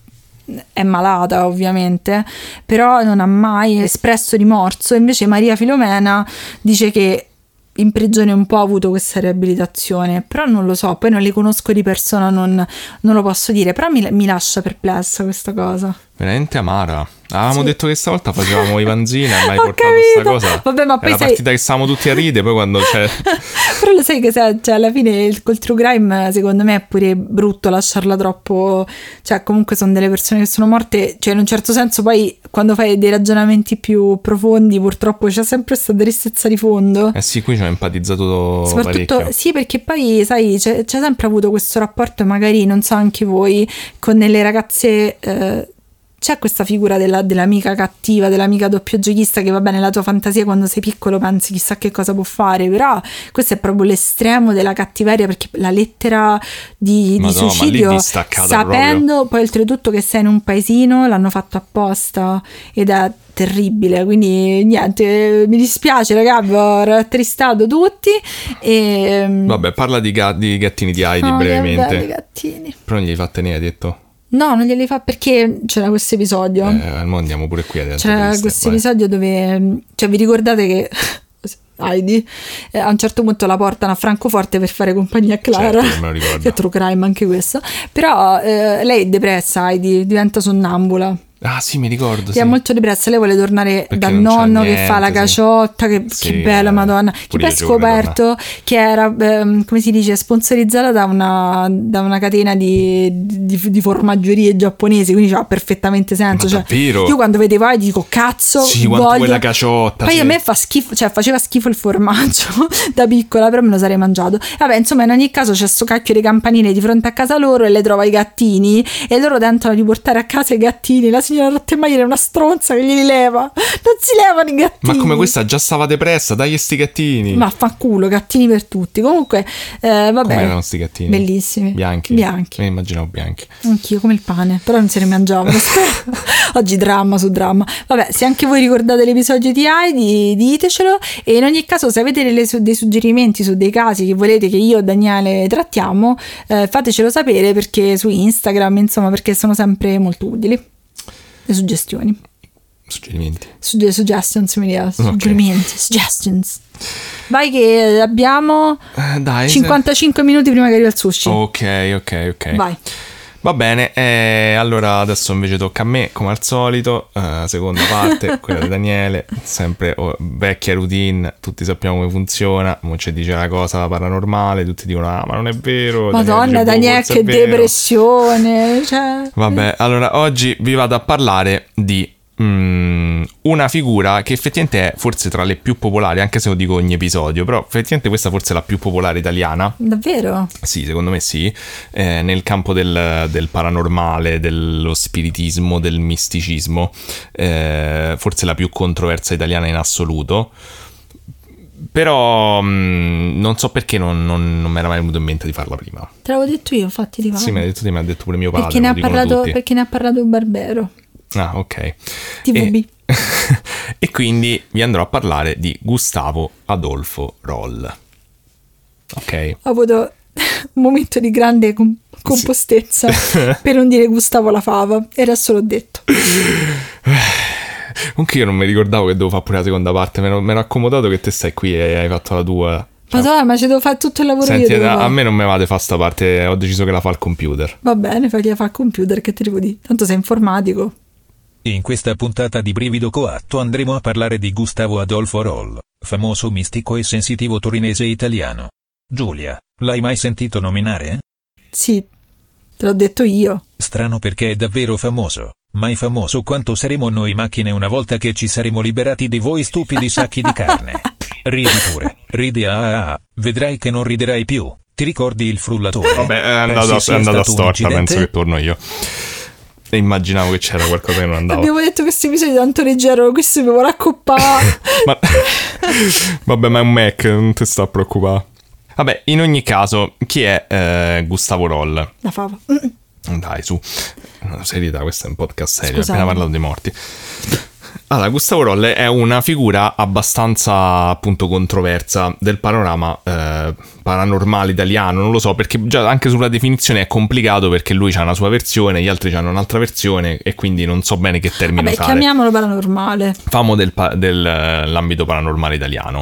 è malata ovviamente, però non ha mai espresso rimorso, invece Maria Filomena dice che in prigione un po' ha avuto questa riabilitazione, però non lo so, poi non li conosco di persona, non, non lo posso dire, però mi, mi lascia perplessa questa cosa. Veramente amara. Avevamo sì. detto che stavolta facevamo i vanzini e mi hai Ho portato capito. sta cosa. Vabbè, ma poi è la sai... partita che stavamo tutti a ridere, poi quando c'è... Però lo sai che se, cioè, alla fine il, col true crime secondo me è pure brutto lasciarla troppo, cioè comunque sono delle persone che sono morte, cioè in un certo senso poi quando fai dei ragionamenti più profondi purtroppo c'è sempre questa tristezza di fondo. Eh sì, qui ci ho empatizzato soprattutto parecchio. Sì, perché poi sai c'è, c'è sempre avuto questo rapporto, magari non so anche voi, con delle ragazze... Eh, c'è questa figura della, dell'amica cattiva, dell'amica doppio giochista che va bene, la tua fantasia quando sei piccolo pensi chissà che cosa può fare, però questo è proprio l'estremo della cattiveria, perché la lettera di, di suicidio, sapendo proprio. Poi oltretutto che sei in un paesino, l'hanno fatto apposta ed è terribile, quindi niente, mi dispiace ragazzi, ho rattristato tutti e... Vabbè, parla di, ga- di gattini di Heidi oh, brevemente. Belli, gattini. Però non glieli fa tenere, hai detto? No, non glieli fa perché c'era questo episodio. Eh, mo andiamo pure qui adesso. C'era questo episodio dove, cioè vi ricordate che Heidi eh, a un certo punto la portano a Francoforte per fare compagnia a Clara. Certo, me lo ricordo. Che è true crime anche questo. Però eh, lei è depressa, Heidi, diventa sonnambula. Ah sì, mi ricordo. Che sì. è molto depressa, lei vuole tornare perché dal niente, nonno che fa la sì. caciotta, che, sì, che bella, eh, madonna. Che poi ha scoperto che era, ehm, come si dice, sponsorizzata da una, da una catena di, di, di formaggerie giapponesi, quindi ha perfettamente senso. Ma cioè, davvero? io quando vedevo Heidi dico cazzo, sì, quanto voglio... vuoi la caciotta. Poi sì. a me fa schifo, cioè faceva schifo il formaggio da piccola, però me lo sarei mangiato. Vabbè, insomma, in ogni caso c'è sto cacchio di campanile di fronte a casa loro e le trova i gattini e loro tentano di portare a casa i gattini, la signora Rottenmeier è una stronza che glieli leva. Non si levano i gattini. Ma come questa già stava depressa, dagli sti gattini. Ma fa culo, gattini per tutti. Comunque, eh, vabbè. Come erano sti gattini? Bellissimi. Bianchi. Bianchi. Mi immaginavo bianchi. Anch'io, come il pane, però non se ne mangiavano. Oggi dramma su dramma. Vabbè, se anche voi ricordate l'episodio di Heidi, ditecelo. E in ogni caso, se avete delle, dei suggerimenti su dei casi che volete che io e Daniele trattiamo, eh, fatecelo sapere, perché su Instagram, insomma, perché sono sempre molto utili le suggestioni. Suggerimenti. Sugge- suggestions, mi dia. Okay. Suggerimenti, suggestions. Vai che abbiamo eh, dai, cinquantacinque se... minuti prima che arrivi al sushi. Ok, ok, ok. Vai. Va bene, eh, allora adesso invece tocca a me, come al solito, eh, seconda parte, quella di Daniele, sempre oh, vecchia routine, tutti sappiamo come funziona, mo ci dice una cosa paranormale, tutti dicono ah ma non è vero. Madonna Daniele, che depressione, cioè... Vabbè, allora oggi vi vado a parlare di mm, una figura che effettivamente è forse tra le più popolari, anche se lo dico ogni episodio, però effettivamente questa forse è la più popolare italiana. Davvero? Sì, secondo me sì, eh, nel campo del, del paranormale, dello spiritismo, del misticismo, eh, forse la più controversa italiana in assoluto. Però mh, non so perché non, non, non mi era mai venuto in mente di farla prima. Te l'avevo detto io, infatti ti va. Sì, mi hai detto te, mi ha detto pure mio padre. Perché ne ha parlato, tutti. perché ne ha parlato Barbero. Ah, ok. T V B. E, e quindi vi andrò a parlare di Gustavo Adolfo Roll. Ok. Ho avuto un momento di grande com- compostezza sì. Per non dire Gustavo la fava. Era solo detto. Comunque io non mi ricordavo che devo fare pure la seconda parte. Mi ero accomodato che te stai qui e hai fatto la tua. Cioè, Madonna, ma ci devo fare tutto il lavoro. Senti, io a, a me non mi vade fa sta parte. Ho deciso che la fa il computer. Va bene, fai che la fa il computer, che ti devo dire. Tanto sei informatico. In questa puntata di Brivido Coatto andremo a parlare di Gustavo Adolfo Roll, famoso mistico e sensitivo torinese italiano. Giulia, l'hai mai sentito nominare? Sì, te l'ho detto io. Strano perché è davvero famoso, mai famoso quanto saremo noi macchine una volta che ci saremo liberati di voi stupidi sacchi di carne. Ridi pure, ridi ah ah ah, vedrai che non riderai più. Ti ricordi il frullatore? Vabbè, è andato, Pensi è andato a stato storta, penso che torno io. E immaginavo che c'era qualcosa che non andava. Abbiamo detto che questo episodio tanto leggero, questo mi vuole accoppare. ma... Vabbè, ma è un Mac, non ti sta a preoccupare. Vabbè, in ogni caso, chi è eh, Gustavo Roll? La fava. Dai, su. No, serietà, questo è un podcast serio, Scusate. Abbiamo parlato dei morti. Allora, Gustavo Roll è una figura abbastanza, appunto, controversa del panorama eh, paranormale italiano, non lo so, perché già anche sulla definizione è complicato, perché lui ha una sua versione, gli altri hanno un'altra versione, e quindi non so bene che termine Vabbè, usare. chiamiamolo paranormale. Famo del, dell'ambito paranormale italiano.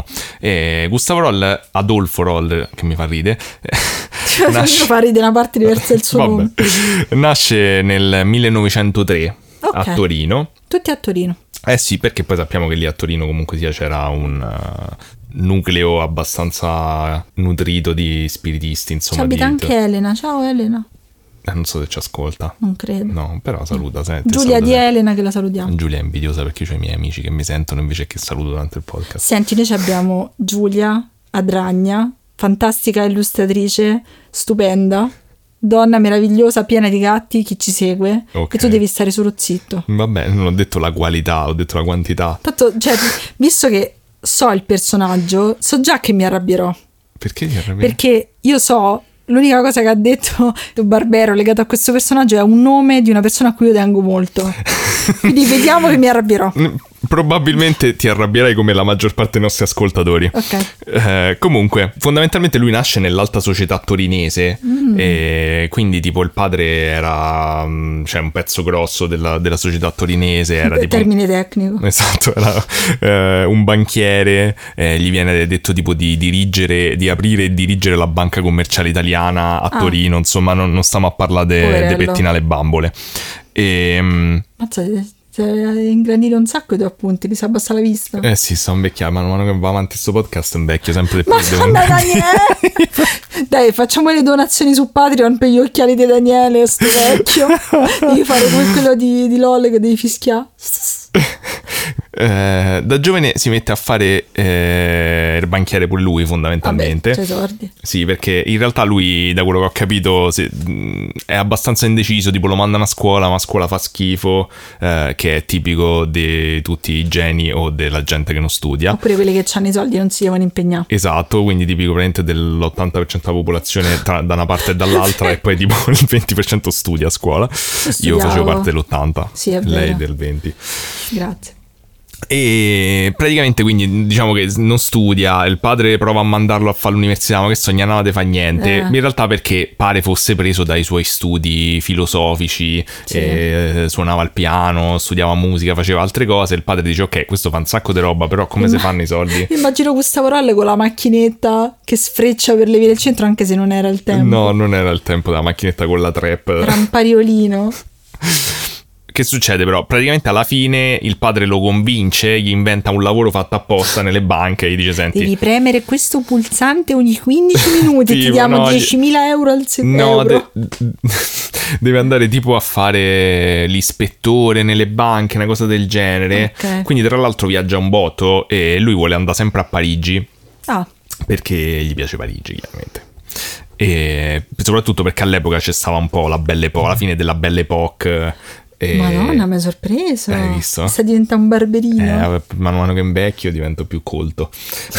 E Gustavo Roll, Adolfo Roll, che mi fa ridere, nasce... fa ridere una parte diversa del suo nome. Nasce nel millenovecentotre okay. a Torino. Tutti a Torino. Eh sì, perché poi sappiamo che lì a Torino comunque sia c'era un uh, nucleo abbastanza nutrito di spiritisti, insomma. Ci abita di... anche Elena. Ciao Elena. Eh, non so se ci ascolta. Non credo. No, però saluta. Senti, Giulia saluta di sempre. Elena, che la salutiamo. Giulia è invidiosa perché io ho i miei amici che mi sentono invece che saluto durante il podcast. Senti, noi abbiamo Giulia Adragna, fantastica illustratrice, stupenda, donna meravigliosa, piena di gatti, chi ci segue, okay. E tu devi stare solo zitto. Vabbè, non ho detto la qualità, ho detto la quantità. Tanto, cioè, visto che so il personaggio, so già che mi arrabbierò. Perché ti arrabbi? Perché io so, l'unica cosa che ha detto Barbero legato a questo personaggio è un nome di una persona a cui io tengo molto. Quindi vediamo che mi arrabbierò. Probabilmente ti arrabbierai come la maggior parte dei nostri ascoltatori. Ok. Eh, comunque, fondamentalmente lui nasce nell'alta società torinese, mm. e quindi tipo il padre era cioè un pezzo grosso della, della società torinese. Era tipo termine un, tecnico. Esatto, era eh, un banchiere, eh, gli viene detto tipo di dirigere, di aprire e dirigere la banca commerciale italiana a ah. Torino, insomma non, non stiamo a parlare de, de pettina alle bambole. E... Mazza, hai ingrandito un sacco i tuoi appunti, ti si abbassa la vista. Eh sì, sto invecchiando, man mano che va avanti sto podcast invecchio sempre di più. Ma devo... Daniele! Dai, facciamo le donazioni su Patreon per gli occhiali di Daniele, sto vecchio. Devi fare come quello di, di Lole che devi fischiare. Eh, da giovane si mette a fare eh, il banchiere pure lui, fondamentalmente. Vabbè, c'è sordi. Sì, perché in realtà lui, da quello che ho capito, se, mh, è abbastanza indeciso, tipo lo mandano a scuola, ma a scuola fa schifo, eh, che è tipico di tutti i geni o della gente che non studia. Oppure quelli che hanno i soldi non si devono impegnare. Esatto, quindi tipico praticamente dell'ottanta per cento della popolazione tra, da una parte e dall'altra e poi tipo il venti per cento studia a scuola. Io facevo parte dell'ottanta, sì, è lei vero. del venti. Grazie. E praticamente quindi diciamo che non studia, il padre prova a mandarlo a fare l'università, ma che sognava di fa niente, eh. in realtà perché pare fosse preso dai suoi studi filosofici, sì. e suonava il piano, studiava musica, faceva altre cose, il padre dice ok, questo fa un sacco di roba, però come Imm- si fanno i soldi? Immagino Gustavo Rolle con la macchinetta che sfreccia per le vie del centro, anche se non era il tempo. No, non era il tempo della macchinetta con la trap. Era un pariolino. Che succede però? Praticamente alla fine il padre lo convince, gli inventa un lavoro fatto apposta nelle banche, gli dice senti... Devi premere questo pulsante ogni quindici minuti e ti diamo no, diecimila euro al secondo. No, de- deve andare tipo a fare l'ispettore nelle banche, una cosa del genere. Okay. Quindi tra l'altro viaggia un botto e lui vuole andare sempre a Parigi. Ah. Perché gli piace Parigi, chiaramente. E soprattutto perché all'epoca c'è stava un po' la Belle Époque, la fine della Belle Époque. E... Madonna, mi hai sorpreso. Hai visto? Sta diventando un barberino. Eh, man mano che invecchio divento più colto.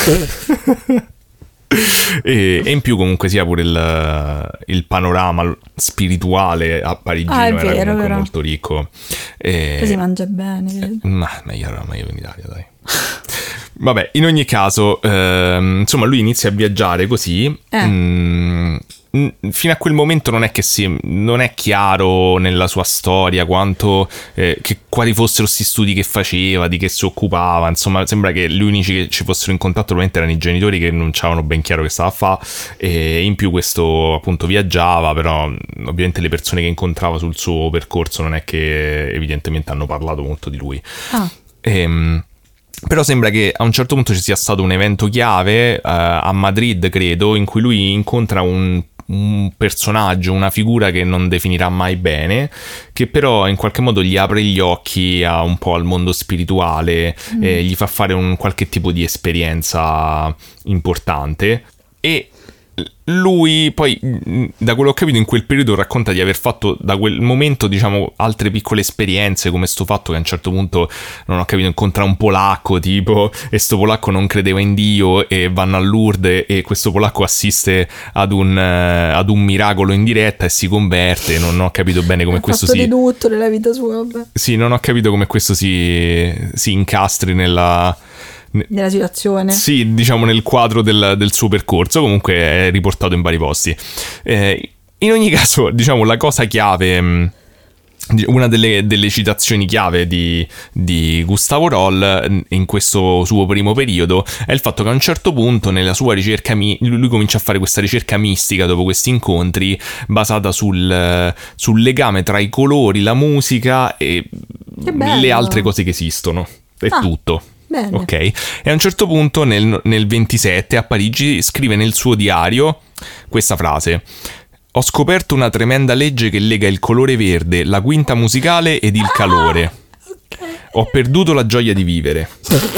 e, e in più comunque sia pure il, il panorama spirituale a Parigino ah, era vero, comunque vero. molto ricco. E... si mangia bene. Eh, ma meglio, meglio in Italia, dai. Vabbè, in ogni caso, ehm, insomma, lui inizia a viaggiare così. Eh. Mh, fino a quel momento non è che si, non è chiaro nella sua storia quanto eh, che, quali fossero questi studi che faceva, di che si occupava, insomma sembra che gli unici che ci fossero in contatto probabilmente erano i genitori che non c'avevano ben chiaro che stava a fare, e in più questo appunto viaggiava, però ovviamente le persone che incontrava sul suo percorso non è che evidentemente hanno parlato molto di lui. Ah. E, però sembra che a un certo punto ci sia stato un evento chiave uh, a Madrid, credo, in cui lui incontra un un personaggio, una figura che non definirà mai bene, che però in qualche modo gli apre gli occhi a un po' al mondo spirituale, mm. e gli fa fare un qualche tipo di esperienza importante. E lui poi, da quello che ho capito, in quel periodo racconta di aver fatto da quel momento, diciamo, altre piccole esperienze, come sto fatto che a un certo punto, non ho capito, incontra un polacco tipo, e sto polacco non credeva in Dio e vanno a Lourdes e questo polacco assiste ad un, uh, ad un miracolo in diretta e si converte. Non ho capito bene come ha questo si... Ha fatto di tutto nella vita sua, vabbè. Sì, non ho capito come questo si, si incastri nella... nella situazione, sì, diciamo nel quadro del, del suo percorso. Comunque è riportato in vari posti. Eh, in ogni caso, diciamo, la cosa chiave, una delle, delle citazioni chiave di, di Gustavo Roll in questo suo primo periodo è il fatto che a un certo punto nella sua ricerca lui, lui comincia a fare questa ricerca mistica dopo questi incontri, basata sul, sul legame tra i colori, la musica e le altre cose che esistono. È ah. tutto. Bene. Ok, e a un certo punto nel, nel ventisette a Parigi scrive nel suo diario questa frase: ho scoperto una tremenda legge che lega il colore verde, la quinta musicale ed il ah, calore. Okay. Ho perduto la gioia di vivere.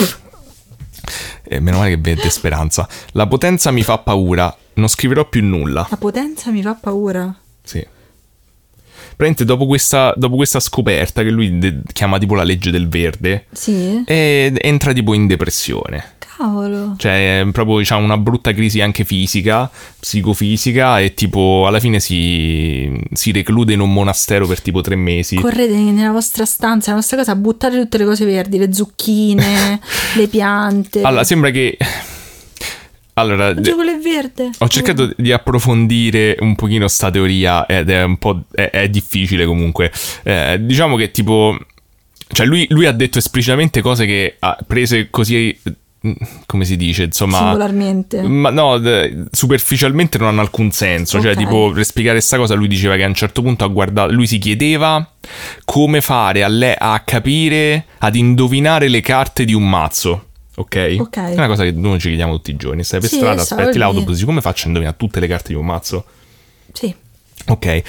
E meno male che vede speranza. La potenza mi fa paura, non scriverò più nulla. La potenza mi fa paura? Sì. Praticamente dopo questa, dopo questa scoperta, che lui de- chiama tipo la legge del verde, sì, e entra tipo in depressione. Cavolo. Cioè proprio c'ha una brutta crisi anche fisica, psicofisica, e tipo alla fine si, si reclude in un monastero per tipo tre mesi. Correte nella vostra stanza, nella vostra casa, buttate tutte le cose verdi, le zucchine, le piante. Allora sembra che... Allora, il gioco è verde. Ho cercato oh. di approfondire un pochino sta teoria ed è un po' è, è difficile comunque. Eh, diciamo che tipo, cioè lui, lui ha detto esplicitamente cose che ha prese così, come si dice, insomma, singolarmente. Ma no, superficialmente non hanno alcun senso. Okay. Cioè tipo, per spiegare sta cosa, lui diceva che a un certo punto ha guardato, lui si chiedeva come fare a, le, a capire, ad indovinare le carte di un mazzo. Ok? Okay. È una cosa che noi ci chiediamo tutti i giorni. Stai per sì, strada, aspetti lì. l'autobus, come faccio a indovinare tutte le carte di un mazzo? Sì. Ok,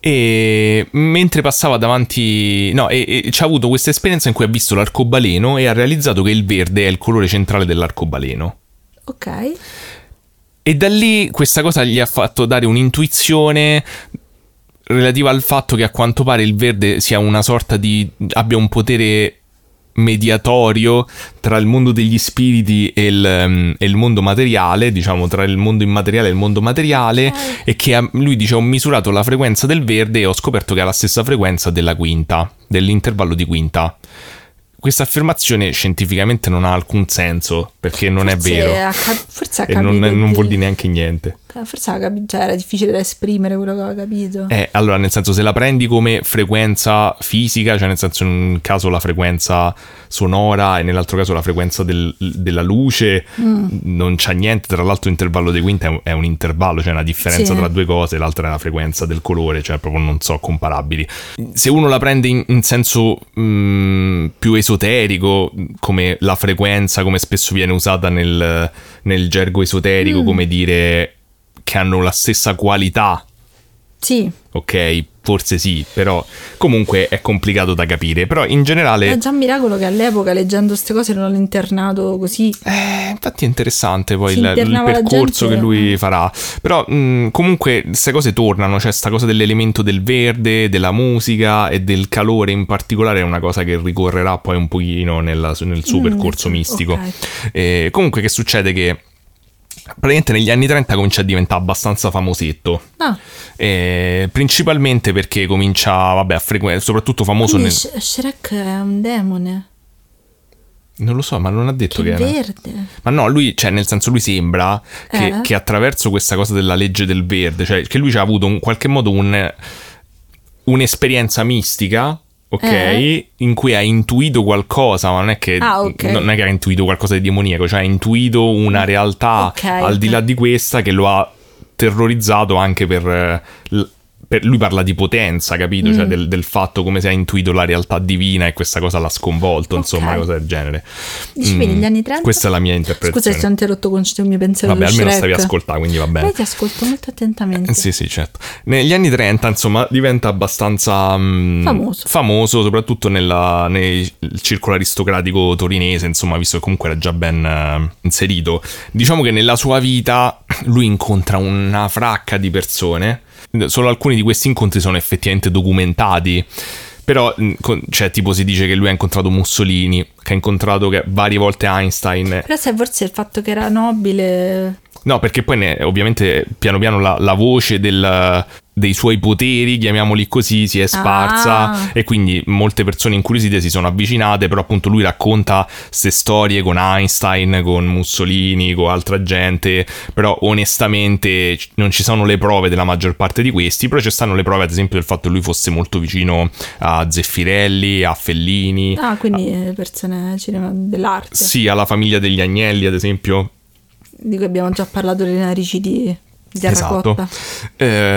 e mentre passava davanti, no, e, e c'ha avuto questa esperienza in cui ha visto l'arcobaleno e ha realizzato che il verde è il colore centrale dell'arcobaleno. Ok. E da lì questa cosa gli ha fatto dare un'intuizione relativa al fatto che a quanto pare il verde sia una sorta di, abbia un potere mediatorio tra il mondo degli spiriti e il, um, e il mondo materiale, diciamo tra il mondo immateriale e il mondo materiale, eh. E che ha, lui dice ho misurato la frequenza del verde e ho scoperto che ha la stessa frequenza della quinta, dell'intervallo di quinta. Questa affermazione scientificamente non ha alcun senso, perché non forse è vero ha cap- forse ha e non, non vuol dire neanche niente. Forse ha capito, cioè era difficile da esprimere quello che aveva capito. Eh, allora, nel senso, se la prendi come frequenza fisica, cioè nel senso in un caso la frequenza sonora e nell'altro caso la frequenza del, della luce, mm. non c'ha niente. Tra l'altro l'intervallo di quinta è un, è un intervallo, cioè una differenza sì. tra due cose, l'altra è la frequenza del colore, cioè proprio non so, comparabili. Se uno la prende in, in senso mh, più esoterico, come la frequenza, come spesso viene usata nel, nel gergo esoterico, mm. come dire che hanno la stessa qualità. Sì. Ok, forse sì, però comunque è complicato da capire. Però in generale è già un miracolo che all'epoca leggendo queste cose non hanno internato così. Eh, infatti è interessante poi il, il percorso che lui farà. Però mh, comunque queste cose tornano, cioè sta cosa dell'elemento del verde, della musica e del calore in particolare è una cosa che ricorrerà poi un pochino nella, nel suo mm, percorso mistico. Okay. E comunque che succede che praticamente negli anni trenta comincia a diventare abbastanza famosetto. Ah. Eh, principalmente perché comincia, vabbè, a frequentare, soprattutto famoso nel... Sh- Shrek è un demone. Non lo so, ma non ha detto che, che è verde. Ma no, lui, cioè nel senso lui sembra che, eh? che attraverso questa cosa della legge del verde, cioè che lui ci ha avuto in qualche modo un, un'esperienza mistica. Ok, eh. in cui ha intuito qualcosa, ma non è che ah, okay. non è che ha intuito qualcosa di demoniaco, cioè ha intuito una realtà okay, al di là okay. di questa che lo ha terrorizzato anche per, per lui parla di potenza, capito? Mm. Cioè del, del fatto come se ha intuito la realtà divina e questa cosa l'ha sconvolto, okay. insomma, una cosa del genere. Dicevi, negli anni trenta? Questa è la mia interpretazione. Scusa se ti ho interrotto con il mio pensiero. Vabbè, almeno Shrek. stavi a ascoltare, quindi va bene. Io ti ascolto molto attentamente. Eh, sì, sì, certo. Negli anni trenta, insomma, diventa abbastanza mh, famoso. famoso, soprattutto nella, nel circolo aristocratico torinese, insomma, visto che comunque era già ben uh, inserito. Diciamo che nella sua vita lui incontra una fracca di persone. Solo alcuni di questi incontri sono effettivamente documentati. Però, cioè, tipo si dice che lui ha incontrato Mussolini, che ha incontrato che, varie volte Einstein. Però sai, forse il fatto che era nobile... No, perché poi ne, ovviamente piano piano la, la voce del, dei suoi poteri, chiamiamoli così, si è sparsa ah. e quindi molte persone incuriosite si sono avvicinate, però appunto lui racconta queste storie con Einstein, con Mussolini, con altra gente, però onestamente non ci sono le prove della maggior parte di questi, però ci stanno le prove ad esempio del fatto che lui fosse molto vicino a Zeffirelli, a Fellini. Ah, quindi a, persone cinema dell'arte. Sì, alla famiglia degli Agnelli ad esempio. Di cui abbiamo già parlato, le narici di, di Terracotta. Esatto.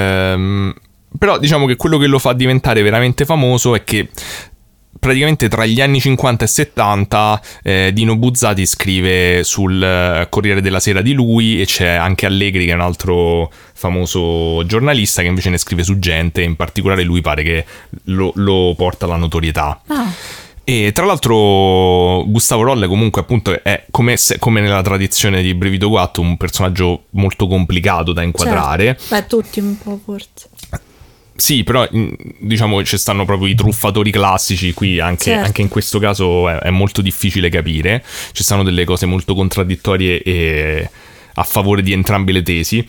Ehm, però diciamo che quello che lo fa diventare veramente famoso è che praticamente tra gli anni cinquanta e settanta eh, Dino Buzzati scrive sul Corriere della Sera di lui, e c'è anche Allegri che è un altro famoso giornalista che invece ne scrive su Gente, in particolare lui pare che lo, lo porta alla notorietà. Ah. E tra l'altro Gustavo Rolle comunque appunto è come, se, come nella tradizione di Brivido quattro un personaggio molto complicato da inquadrare. Certo. Beh, tutti un po' forse. Sì, però diciamo ci stanno proprio i truffatori classici qui, anche, certo. anche in questo caso è, è molto difficile capire, ci stanno delle cose molto contraddittorie e a favore di entrambe le tesi.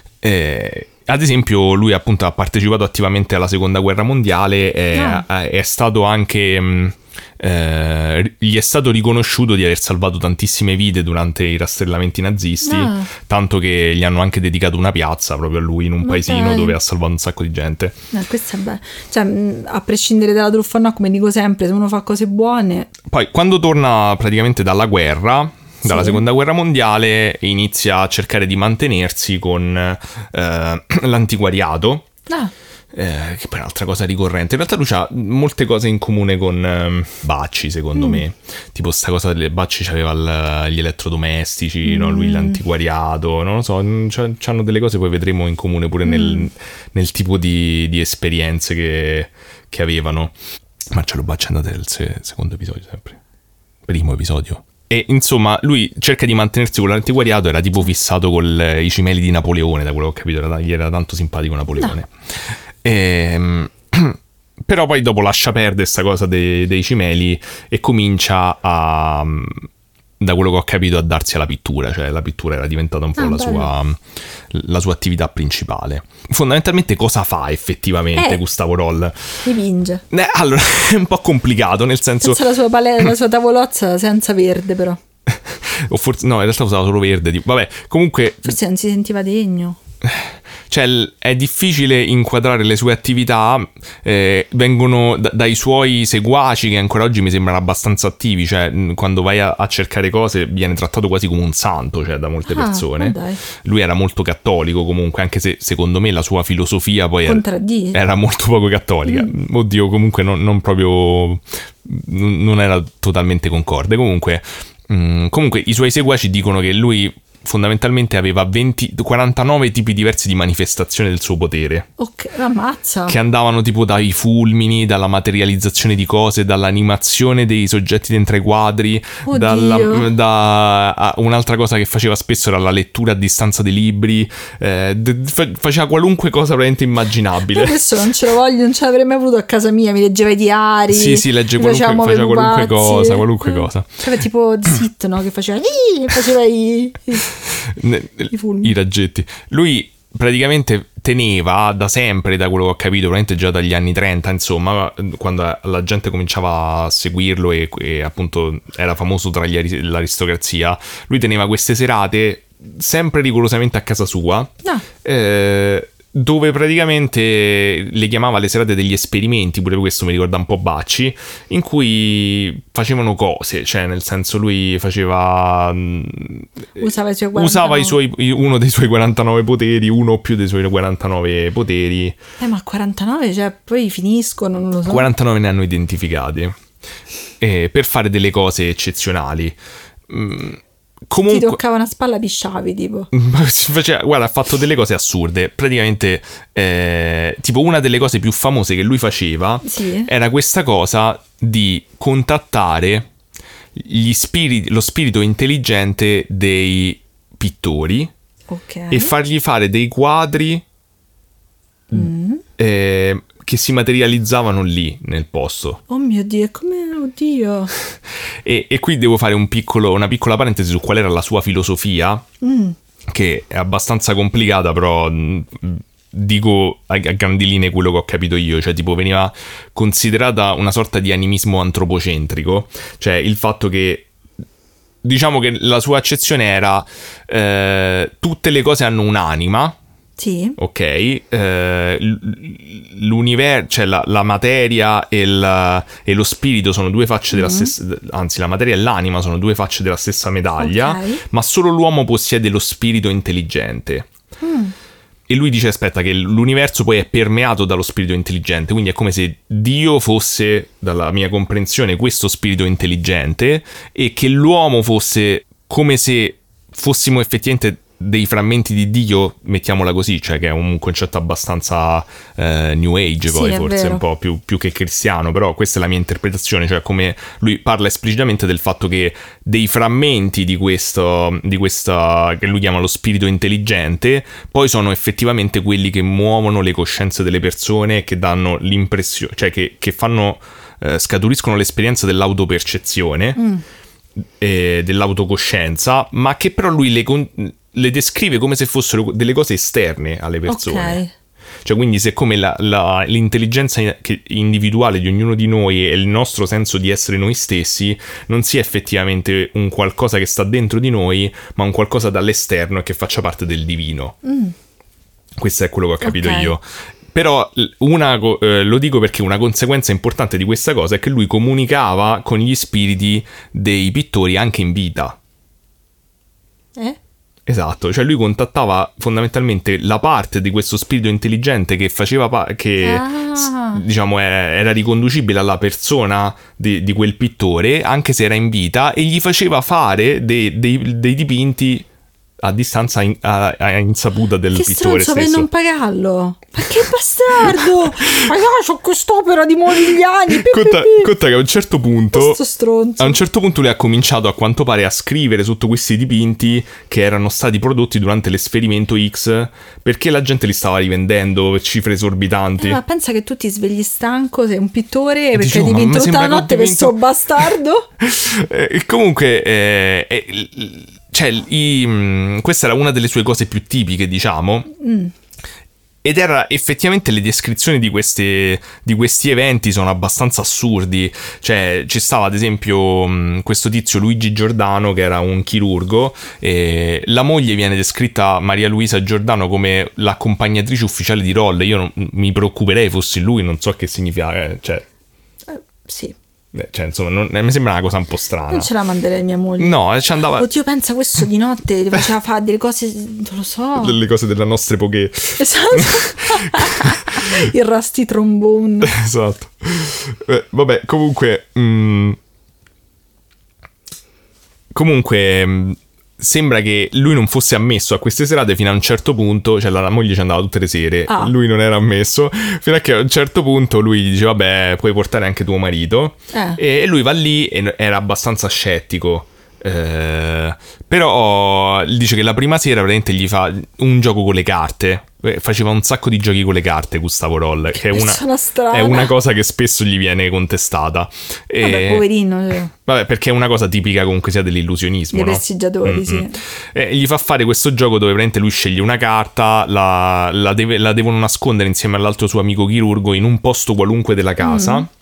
Eh, ad esempio lui appunto ha partecipato attivamente alla seconda guerra mondiale, è, no. è stato anche... Mh, Eh, gli è stato riconosciuto di aver salvato tantissime vite durante i rastrellamenti nazisti, no. tanto che gli hanno anche dedicato una piazza proprio a lui in un Ma paesino dai. dove ha salvato un sacco di gente. No, questo è bello. Cioè, a prescindere dalla truffa, no, come dico sempre, se uno fa cose buone. Poi quando torna praticamente dalla guerra, dalla sì. seconda guerra mondiale, inizia a cercare di mantenersi con eh, l'antiquariato. Ah. Eh, che poi è un'altra cosa ricorrente. In realtà lui ha molte cose in comune con um, Bacci, secondo mm. me. Tipo sta cosa delle Bacci c'aveva l- gli elettrodomestici, mm. no? Lui l'antiquariato, non lo so, c- c'hanno delle cose, poi vedremo in comune pure mm. nel, nel tipo di, di esperienze che, che avevano. Marcello Bacci, andate nel se- secondo episodio sempre. Primo episodio. E insomma, lui cerca di mantenersi con l'antiquariato, era tipo fissato con i cimeli di Napoleone, da quello che ho capito, era, gli era tanto simpatico Napoleone. No. E, però poi dopo lascia perdere sta cosa dei, dei cimeli e comincia a, da quello che ho capito, a darsi alla pittura, cioè la pittura era diventata un po' ah, la, sua, la sua attività principale. Fondamentalmente cosa fa effettivamente eh, Gustavo Roll? Dipinge. Eh, allora, è un po' complicato, nel senso... Senza la sua, palette, la sua tavolozza senza verde però. O forse, no, in realtà usava solo verde, tipo, vabbè, comunque... Forse non si sentiva degno. Cioè è difficile inquadrare le sue attività, eh, vengono da, dai suoi seguaci che ancora oggi mi sembrano abbastanza attivi, cioè quando vai a, a cercare cose viene trattato quasi come un santo, cioè da molte ah, persone. Lui era molto cattolico comunque, anche se secondo me la sua filosofia poi era, era molto poco cattolica. Mm. Oddio, comunque non, non proprio, non era totalmente concorde. Comunque, mh, comunque i suoi seguaci dicono che lui fondamentalmente aveva venti, quarantanove tipi diversi di manifestazione del suo potere. Ok, ammazza. Che andavano tipo dai fulmini, dalla materializzazione di cose, dall'animazione dei soggetti dentro ai quadri, dalla, da un'altra cosa che faceva spesso era la lettura a distanza dei libri, eh, faceva qualunque cosa veramente immaginabile. Adesso non ce lo voglio, non ce l'avrei mai avuto a casa mia, mi leggeva i diari. Sì, sì, legge qualunque, faceva qualunque cosa, qualunque eh. cosa. Cioè tipo Zit, no? Che faceva, faceva i... I, i raggetti. Lui praticamente teneva da sempre, da quello che ho capito, veramente già dagli anni trenta, insomma, quando la gente cominciava a seguirlo e, e appunto era famoso tra gli, l'aristocrazia, lui teneva queste serate sempre rigorosamente a casa sua. No. eh, dove praticamente le chiamava le serate degli esperimenti, pure questo mi ricorda un po' Bacci, in cui facevano cose, cioè nel senso lui faceva usava i suoi quarantanove. usava i suoi, uno dei suoi quarantanove poteri, uno o più dei suoi quarantanove poteri. Eh ma quarantanove, cioè poi finiscono, non lo so. quarantanove ne hanno identificati eh, per fare delle cose eccezionali. Mm. Comunque, ti toccava una spalla, pisciavi tipo. Faceva, guarda, ha fatto delle cose assurde. Praticamente eh, tipo una delle cose più famose che lui faceva sì. era questa cosa di contattare gli spiriti, lo spirito intelligente dei pittori, okay. e fargli fare dei quadri mm. eh, che si materializzavano lì nel posto. Oh mio Dio, come oddio. e, e qui devo fare un piccolo, una piccola parentesi su qual era la sua filosofia, mm. che è abbastanza complicata, però mh, dico a, a grandi linee quello che ho capito io. Cioè tipo veniva considerata una sorta di animismo antropocentrico, cioè il fatto che, diciamo che la sua accezione era eh, tutte le cose hanno un'anima. Sì. Ok, eh, l'universo, cioè la, la materia e, la, e lo spirito sono due facce della mm-hmm. stessa, anzi la materia e l'anima sono due facce della stessa medaglia, okay. ma solo l'uomo possiede lo spirito intelligente. Mm. E lui dice, aspetta, che l'universo poi è permeato dallo spirito intelligente, quindi è come se Dio fosse, dalla mia comprensione, questo spirito intelligente, e che l'uomo fosse come se fossimo effettivamente dei frammenti di Dio, mettiamola così, cioè che è un concetto abbastanza eh, New Age, poi sì, forse un po' più, più che cristiano, però questa è la mia interpretazione, cioè come lui parla esplicitamente del fatto che dei frammenti di questo, di questa, che lui chiama lo spirito intelligente, poi sono effettivamente quelli che muovono le coscienze delle persone, che danno l'impressione, cioè che, che fanno, eh, scaturiscono l'esperienza dell'autopercezione, mm. e dell'autocoscienza, ma che però lui le con- le descrive come se fossero delle cose esterne alle persone. Okay. Cioè quindi siccome la, la, l'intelligenza individuale di ognuno di noi e il nostro senso di essere noi stessi non sia effettivamente un qualcosa che sta dentro di noi, ma un qualcosa dall'esterno e che faccia parte del divino. Mm. Questo è quello che ho capito okay. io. Però una, eh, lo dico perché una conseguenza importante di questa cosa è che lui comunicava con gli spiriti dei pittori anche in vita. Eh? Esatto, cioè lui contattava fondamentalmente la parte di questo spirito intelligente che faceva pa- che Ah. diciamo era, era riconducibile alla persona di, di quel pittore, anche se era in vita, e gli faceva fare dei, dei, dei dipinti a distanza in, a, a insaputa del Che pittore stronzo per stesso. non pagarlo. Ma che bastardo. Ma no, c'ho quest'opera di Modigliani. Pi, Conta, pi, pi. conta che a un certo punto Questo stronzo. A un certo punto lui ha cominciato a quanto pare a scrivere sotto questi dipinti che erano stati prodotti durante l'esperimento X, perché la gente li stava rivendendo per cifre esorbitanti. Eh, ma pensa che tu ti svegli stanco, sei un pittore, E perché dicevo, hai ma dipinto mi tutta la sembra che ho notte per dipinto- sto bastardo. Eh, E comunque, eh, eh, cioè, i- mh, questa era una delle sue cose più tipiche, diciamo. Mm. Ed era effettivamente le descrizioni di, queste, di questi eventi sono abbastanza assurdi. Cioè, ci stava ad esempio mh, questo tizio Luigi Giordano, che era un chirurgo, e la moglie viene descritta, Maria Luisa Giordano, come l'accompagnatrice ufficiale di Roll. Io non, mi preoccuperei fossi lui, non so che significa, eh, cioè, Eh, sì, eh, cioè, insomma, non- mi sembra una cosa un po' strana. non ce la manderei mia moglie. No, ci andava Oddio, pensa questo di notte, ti faceva fare delle cose, non lo so. delle cose della nostra epoche. Esatto. Il rusty trombone. Esatto. Eh, vabbè, comunque. mh, comunque. mh, Sembra che lui non fosse ammesso a queste serate fino a un certo punto, cioè la, la moglie ci andava tutte le sere, Ah. lui non era ammesso, fino a che a un certo punto lui gli dice vabbè puoi portare anche tuo marito, Eh. e lui va lì e era abbastanza scettico. Eh, però dice che la prima sera praticamente gli fa un gioco con le carte. Eh, faceva un sacco di giochi con le carte Gustavo Roll, che è una, persona strana. è una cosa che spesso gli viene contestata. E- Vabbè, poverino, cioè, Vabbè, perché è una cosa tipica comunque sia dell'illusionismo, dei no? prestigiatori, Mm-mm. sì. E gli fa fare questo gioco dove praticamente lui sceglie una carta, la, la, deve- la devono nascondere insieme all'altro suo amico chirurgo in un posto qualunque della casa. Mm.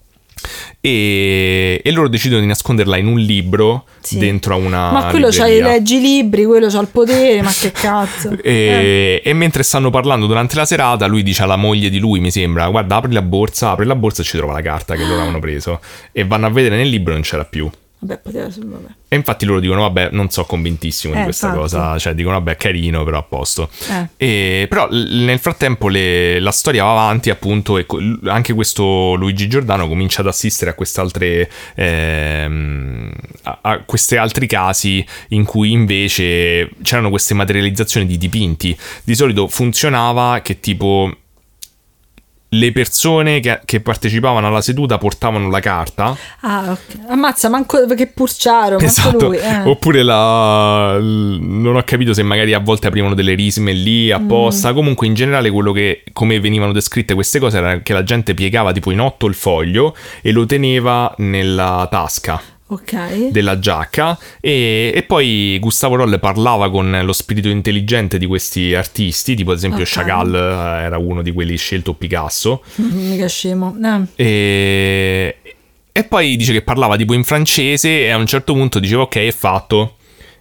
E, e loro decidono di nasconderla in un libro Sì. dentro a una Ma quello c'ha i libreria. leggi libri, quello c'ha il potere, ma che cazzo. Eh. E, e mentre stanno parlando durante la serata, lui dice alla moglie di lui, mi sembra, guarda, apri la borsa, apri la borsa e ci trova la carta che loro avevano preso. E vanno a vedere nel libro e non c'era più. Vabbè, poteva, vabbè. E infatti loro dicono, vabbè, non so convintissimo di Eh, questa infatti. cosa. Cioè, dicono, vabbè, carino, però a posto. Eh. E, però l- nel frattempo le- la storia va avanti, appunto, e co- anche questo Luigi Giordano comincia ad assistere a quest'altre ehm, a, a questi altri casi in cui invece c'erano queste materializzazioni di dipinti. Di solito funzionava che tipo le persone che, che partecipavano alla seduta portavano la carta. Ah, ok. Ammazza, manco che purciaro, manco Esatto. lui. Eh. Oppure la l- non ho capito se magari a volte aprivano delle risme lì apposta. Mm. Comunque in generale quello che, come venivano descritte queste cose, era che la gente piegava tipo in otto il foglio e lo teneva nella tasca Ok. della giacca, e, e poi Gustavo Roll parlava con lo spirito intelligente di questi artisti, tipo ad esempio Ok. Chagall eh, era uno di quelli scelto, Picasso. Mica scemo. Eh. E, e poi dice che parlava tipo in francese e a un certo punto diceva ok, è fatto.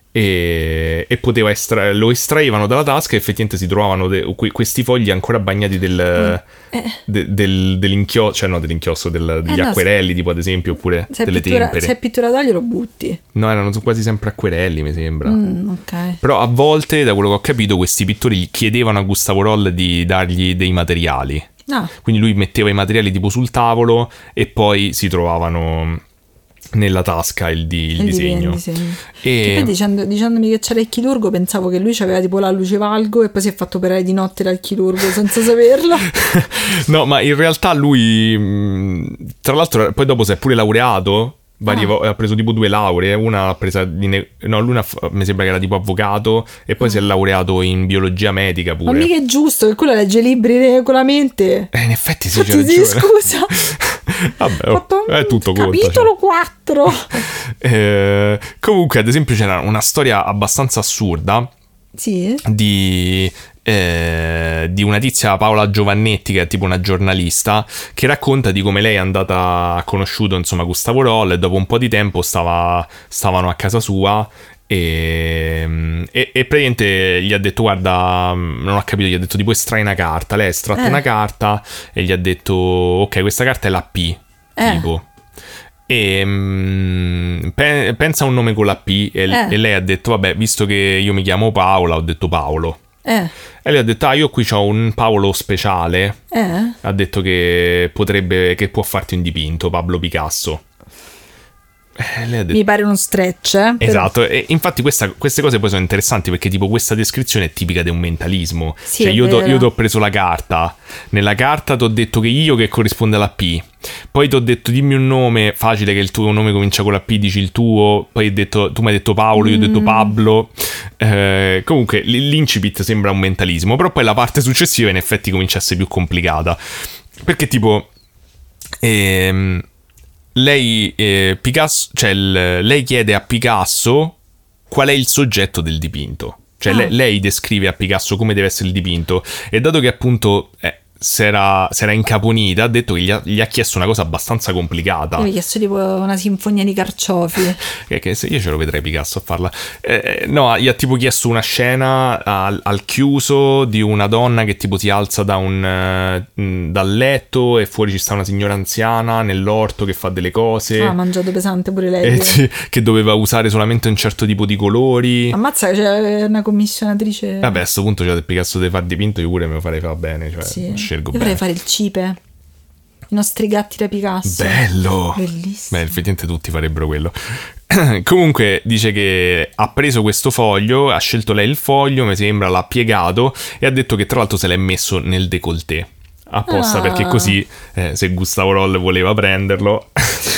E, e poteva estra- lo estraevano dalla tasca e effettivamente si trovavano de- que- questi fogli ancora bagnati del, Eh. de- del, dell'inchiostro, cioè no dell'inchiostro, del- degli Eh, no, acquerelli tipo ad esempio, oppure Se è, delle pittura, tempere. se è pitturato glielo butti. No, erano quasi sempre acquerelli, mi sembra. Mm, ok. Però a volte, da quello che ho capito, questi pittori chiedevano a Gustavo Roll di dargli dei materiali. No. Quindi lui metteva i materiali tipo sul tavolo e poi si trovavano nella tasca il, di- il Il disegno. disegno. E- Che poi dicendo- dicendomi che c'era il chirurgo, pensavo che lui aveva tipo la luce valgo e poi si è fatto operare di notte dal chirurgo senza saperlo. No, ma in realtà lui, mh, tra l'altro, poi dopo si è pure laureato. Varie Ah. vo- ha preso tipo due lauree, una l'ha presa di ne- no, lui una f- mi sembra che era tipo avvocato e poi si è laureato in biologia medica Ma pure. mica è giusto che quello legge libri regolamente. Eh, in effetti sì, c'è Infatti, sì, ragione. scusa. Vabbè, oh, Fatto un è tutto conta, cioè. capitolo quattro. Eh, comunque, ad esempio, c'era una storia abbastanza assurda Sì. di, eh, di una tizia, Paola Giovannetti, che è tipo una giornalista, che racconta di come lei è andata, ha conosciuto insomma Gustavo Roll e dopo un po' di tempo stava, stavano a casa sua. E, e, e praticamente gli ha detto guarda, non ho capito, gli ha detto tipo estrai una carta. Lei ha estratto Eh. una carta e gli ha detto ok, questa carta è la P Eh. tipo. E mm, pe- pensa a un nome con la P e, Eh. e lei ha detto vabbè, visto che io mi chiamo Paola, ho detto Paolo. Eh, E lei ha detto ah, io qui ho un Paolo speciale. eh. Ha detto che potrebbe, che può farti un dipinto, Pablo Picasso. Eh, lei ha detto Mi pare uno stretch, eh? però- esatto, e infatti questa- queste cose poi sono interessanti perché tipo questa descrizione è tipica di un mentalismo. Sì, Cioè è io t'ho- vero. io ti ho preso la carta, nella carta ti ho detto che io che corrisponde alla P, poi ti ho detto dimmi un nome, facile che il tuo nome comincia con la P, dici il tuo, poi hai detto, tu mi hai detto Paolo, io ho Mm. detto Pablo. Eh, comunque l- l'incipit sembra un mentalismo, però poi la parte successiva in effetti comincia a essere più complicata. Perché tipo... Ehm, lei eh, Picasso, cioè il- lei chiede a Picasso qual è il soggetto del dipinto. Cioè Ah. lei, lei descrive a Picasso come deve essere il dipinto e dato che appunto eh, si era, si era incaponita, ha detto che gli ha, gli ha chiesto una cosa abbastanza complicata. Io mi ho chiesto tipo una sinfonia di carciofi. Che, che se io ce lo vedrei Picasso a farla. Eh, no, gli ha tipo chiesto una scena al, al chiuso di una donna che tipo si alza da un, eh, mh, dal letto e fuori ci sta una signora anziana nell'orto che fa delle cose. Ah, ha mangiato pesante pure lei. Eh, sì, che doveva usare solamente un certo tipo di colori. Ammazza che c'è una commissionatrice. Vabbè, a questo punto c'è del Picasso di far dipinto, io pure me lo farei fare bene. Cioè, Sì. scelgo Io bene. vorrei fare il cipe. I nostri gatti da Picasso. Bello! Bellissimo. Beh, effettivamente tutti farebbero quello. Comunque dice che ha preso questo foglio, ha scelto lei il foglio, mi sembra, l'ha piegato e ha detto che tra l'altro se l'è messo nel décolleté. Apposta Ah. perché così eh, se Gustavo Roll voleva prenderlo...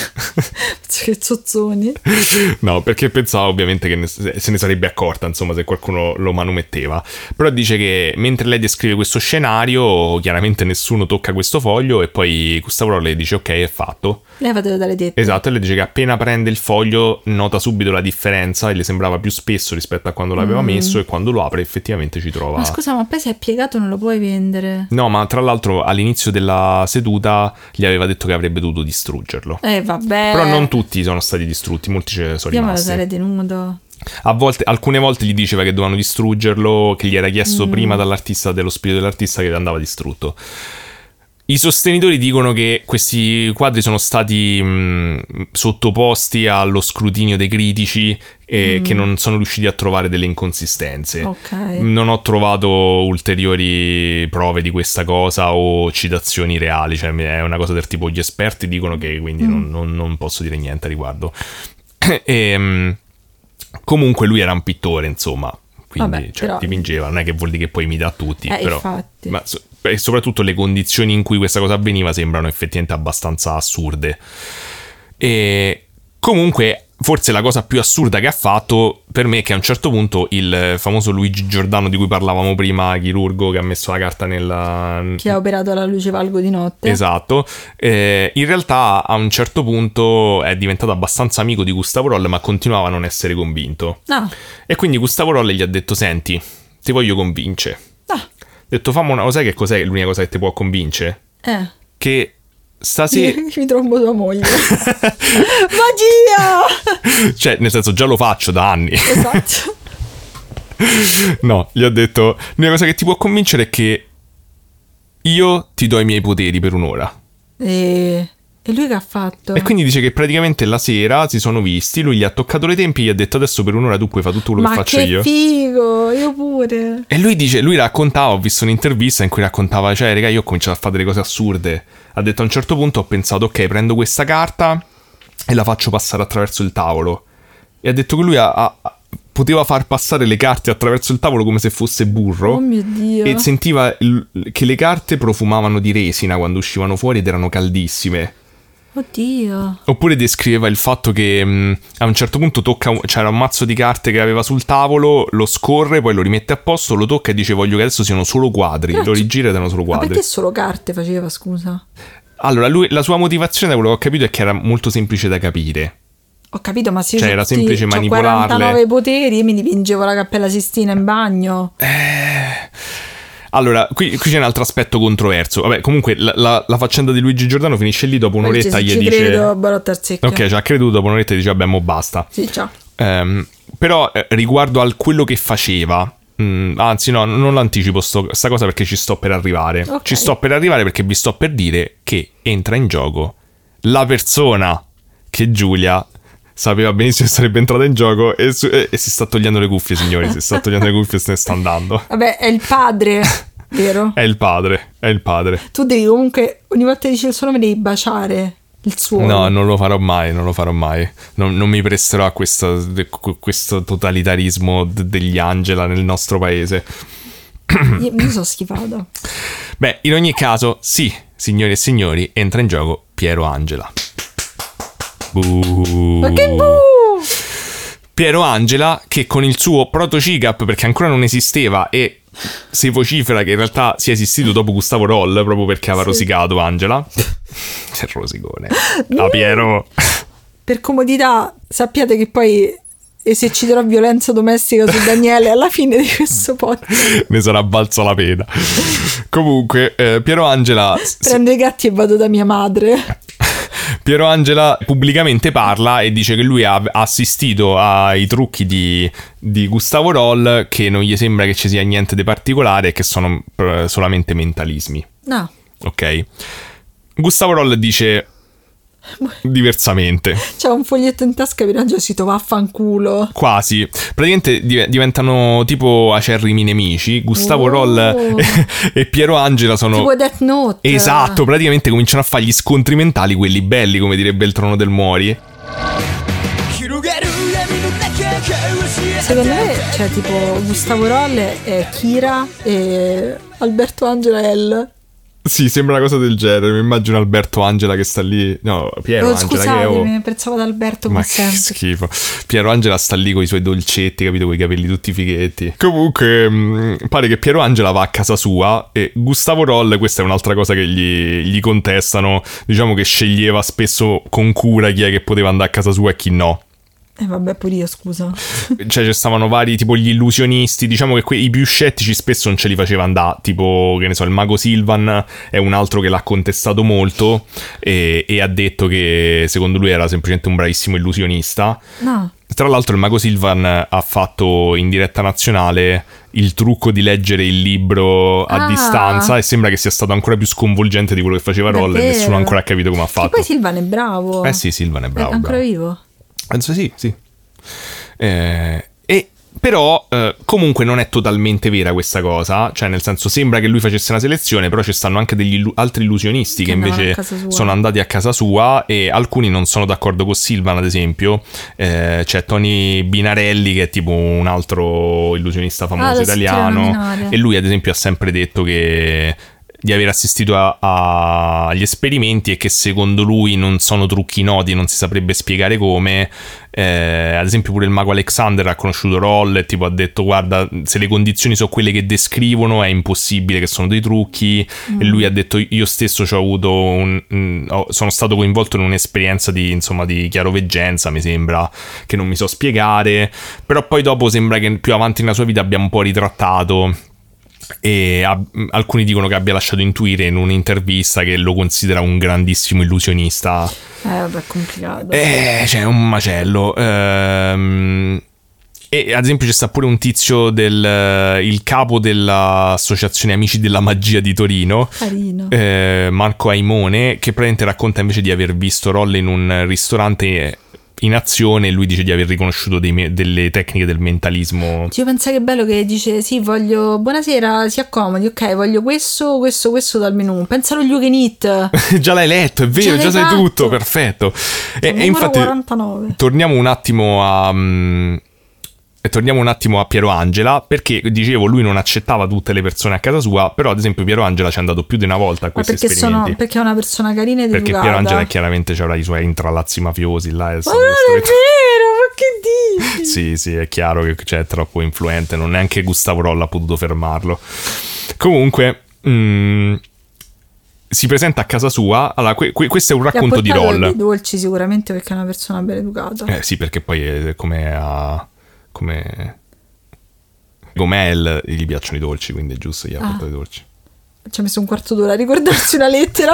Che zozzoni. No, perché pensava ovviamente che ne- se ne sarebbe accorta, insomma, se qualcuno lo manometteva. Però dice che mentre lei descrive questo scenario, chiaramente nessuno tocca questo foglio e poi Gustavo Roll le dice ok, è fatto. Lei va dalle tette. Esatto, e lei dice che appena prende il foglio nota subito la differenza e le sembrava più spesso rispetto a quando l'aveva messo e quando lo apre effettivamente ci trova... Ma scusa, ma poi se è piegato non lo puoi vendere? No, ma tra l'altro all'inizio della seduta gli aveva detto che avrebbe dovuto distruggerlo. Eh, vabbè. Però non tutti sono stati distrutti, molti ce ne sono Io me lo rimasti. sarei tenuto. A volte, alcune volte gli diceva che dovevano distruggerlo, che gli era chiesto Mm. prima dall'artista, dello spirito dell'artista, che andava distrutto. I sostenitori dicono che questi quadri sono stati mh, sottoposti allo scrutinio dei critici e che non sono riusciti a trovare delle inconsistenze. Mm. Ok. Non ho trovato ulteriori prove di questa cosa o citazioni reali, cioè è una cosa del tipo gli esperti dicono che, quindi Mm. non, non- non posso dire niente a riguardo. e, mh, comunque lui era un pittore, insomma, quindi Vabbè, cioè, però- dipingeva, non è che vuol dire che poi imita a tutti, Eh, però, infatti. ma so- e soprattutto le condizioni in cui questa cosa avveniva sembrano effettivamente abbastanza assurde. E comunque forse la cosa più assurda che ha fatto per me è che a un certo punto il famoso Luigi Giordano di cui parlavamo prima, chirurgo che ha messo la carta nella... Chi ha operato la luce valgo di notte. Esatto, eh, in realtà a un certo punto è diventato abbastanza amico di Gustavo Roll ma continuava a non essere convinto. No. E quindi Gustavo Roll gli ha detto senti, ti voglio convincere. Ah. Ha detto fammi una... Lo sai che cos'è l'unica cosa che ti può convincere? Eh. Che stasera... Mi trombo tua moglie. Magia! Cioè, nel senso, già lo faccio da anni. Esatto. No, gli ho detto, l'unica cosa che ti può convincere è che io ti do i miei poteri per un'ora. E... e lui che ha fatto? E quindi dice che praticamente la sera si sono visti, lui gli ha toccato le tempie e gli ha detto adesso per un'ora tu puoi fare tutto quello Ma che faccio che io. figo, io pure. E lui dice, lui raccontava, ho visto un'intervista in cui raccontava, cioè, raga, io ho cominciato a fare delle cose assurde. Ha detto a un certo punto ho pensato, ok, prendo questa carta e la faccio passare attraverso il tavolo. E ha detto che lui ha, ha- poteva far passare le carte attraverso il tavolo come se fosse burro. Oh mio Dio. E sentiva il- che le carte profumavano di resina quando uscivano fuori ed erano caldissime. Oddio. Oppure descriveva il fatto che mh, a un certo punto tocca un- c'era un mazzo di carte che aveva sul tavolo, lo scorre, poi lo rimette a posto, lo tocca e dice voglio che adesso siano solo quadri, Però lo c- rigira ed erano solo Ma quadri. perché solo carte faceva, scusa? Allora, lui, la sua motivazione, da quello che ho capito, è che era molto semplice da capire. Ho capito, ma se io Cioè, c'ho era tutti- semplice c'ho manipolarle. quarantanove poteri e mi dipingevo la Cappella Sistina in bagno. Allora, qui, qui c'è un altro aspetto controverso. Vabbè, comunque la, la- la faccenda di Luigi Giordano finisce lì, dopo Poi dice, un'oretta se gli ci dice... credo, barotta al secchio. Ok, ci ha creduto, dopo un'oretta dice vabbè, mo basta. Sì, ciao. Ehm, però eh, riguardo al quello che faceva, mh, anzi no, non l'anticipo sto, sta cosa perché ci sto per arrivare. Ok. Ci sto per arrivare perché vi sto per dire che entra in gioco la persona che Giulia sapeva benissimo che sarebbe entrata in gioco e, su- e si sta togliendo le cuffie, signori, si sta togliendo le cuffie e se ne sta andando. Vabbè, è il padre, vero? È il padre, è il padre. Tu devi comunque, ogni volta che dici il suo nome devi baciare il suo. No, non lo farò mai, non lo farò mai. Non, non mi presterò a questo, questo totalitarismo d- degli Angela nel nostro paese. Io mi sono schifata. Beh, in ogni caso, sì, signori e signori, entra in gioco Piero Angela. Buh. Ma che buh! Piero Angela, che con il suo proto-cicap, perché ancora non esisteva e si vocifera che in realtà sia esistito dopo Gustavo Roll, proprio perché aveva sì. rosicato Angela. C'è il rosicone. La Piero. Per comodità, sappiate che poi eserciterò violenza domestica su Daniele alla fine di questo podcast. Ne sarà valsa la pena. Comunque, eh, Piero Angela... Prendo si... i gatti e vado da mia madre. Piero Angela pubblicamente parla e dice che lui ha assistito ai trucchi di, di Gustavo Roll, che non gli sembra che ci sia niente di particolare e che sono solamente mentalismi. No. Ok. Gustavo Roll dice diversamente. C'è un foglietto in tasca e Angelo si trova vaffanculo. Quasi. Praticamente diventano tipo acerrimi nemici. Gustavo oh. Roll e, e Piero Angela sono tipo Death Note. Esatto, praticamente cominciano a fare gli scontri mentali, quelli belli, come direbbe il Trono del Mori. Secondo me c'è tipo Gustavo Roll è Kira e Alberto Angela è L. Sì, sembra una cosa del genere. Mi immagino Alberto Angela che sta lì. No, Piero oh, Angela scusate, che ho... mi pensavo ad Alberto come Ma sempre. Che schifo. Piero Angela sta lì con i suoi dolcetti, capito? Con i capelli tutti fighetti. Comunque mh, pare che Piero Angela va a casa sua e Gustavo Roll, questa è un'altra cosa che gli, gli contestano, diciamo che sceglieva spesso con cura chi è che poteva andare a casa sua e chi no. E eh vabbè, pure io, scusa. Cioè, ci stavano vari, tipo gli illusionisti. Diciamo che que- i più scettici spesso non ce li faceva andare. Tipo, che ne so, il mago Silvan è un altro che l'ha contestato molto e, e ha detto che secondo lui era semplicemente un bravissimo illusionista. No. Tra l'altro il mago Silvan ha fatto in diretta nazionale il trucco di leggere il libro a ah. distanza e sembra che sia stato ancora più sconvolgente di quello che faceva Roll e nessuno ancora ha capito come ha fatto. E poi Silvan è bravo. Eh sì, Silvan è bravo. È ancora bravo. vivo? Penso sì, sì. Eh, e però eh, comunque non è totalmente vera questa cosa, cioè nel senso sembra che lui facesse una selezione, però ci stanno anche degli illu- altri illusionisti che, che invece sono andati a casa sua e alcuni non sono d'accordo con Silvan, ad esempio. Eh, c'è Tony Binarelli che è tipo un altro illusionista famoso ah, italiano e lui ad esempio ha sempre detto che di aver assistito agli esperimenti e che secondo lui non sono trucchi noti, non si saprebbe spiegare come. Eh, ad esempio pure il mago Alexander ha conosciuto Roll e tipo ha detto guarda, se le condizioni sono quelle che descrivono è impossibile che sono dei trucchi. mm. E lui ha detto io stesso ci ho avuto un, un, sono stato coinvolto in un'esperienza di insomma di chiaroveggenza, mi sembra, che non mi so spiegare, però poi dopo sembra che più avanti nella sua vita abbia un po' ritrattato e ha, alcuni dicono che abbia lasciato intuire in un'intervista che lo considera un grandissimo illusionista. Eh vabbè, è complicato. Eh, cioè, un macello. Ehm, e ad esempio c'è sta pure un tizio del il capo dell'associazione Amici della Magia di Torino, carino, eh, Marco Aimone, che praticamente racconta invece di aver visto Roll in un ristorante in azione e lui dice di aver riconosciuto dei me- delle tecniche del mentalismo. Io penso che è bello che dice sì, voglio buonasera, si accomodi, ok, voglio questo, questo, questo dal menù. Pensa allo You Can Eat. Già l'hai letto, è vero, già, già sai tutto, perfetto. E, e infatti quarantanove. Torniamo un attimo a um, e torniamo un attimo a Piero Angela, perché dicevo lui non accettava tutte le persone a casa sua, però ad esempio Piero Angela ci è andato più di una volta a questi perché esperimenti. Sono, perché è una persona carina ed perché educata. Piero Angela chiaramente c'avrà i suoi intrallazzi mafiosi là. Ma non è vero, ma che dici? Sì, sì, è chiaro che c'è troppo influente, non neanche Gustavo Roll ha potuto fermarlo. Comunque mh, si presenta a casa sua. Allora, que- que- questo è un racconto di Roll. Dei dolci sicuramente perché è una persona ben educata. Eh sì, perché poi è come a come Gomel gli piacciono i dolci, quindi è giusto gli ha portato ah. i dolci. Ci ha messo un quarto d'ora a ricordarsi una lettera.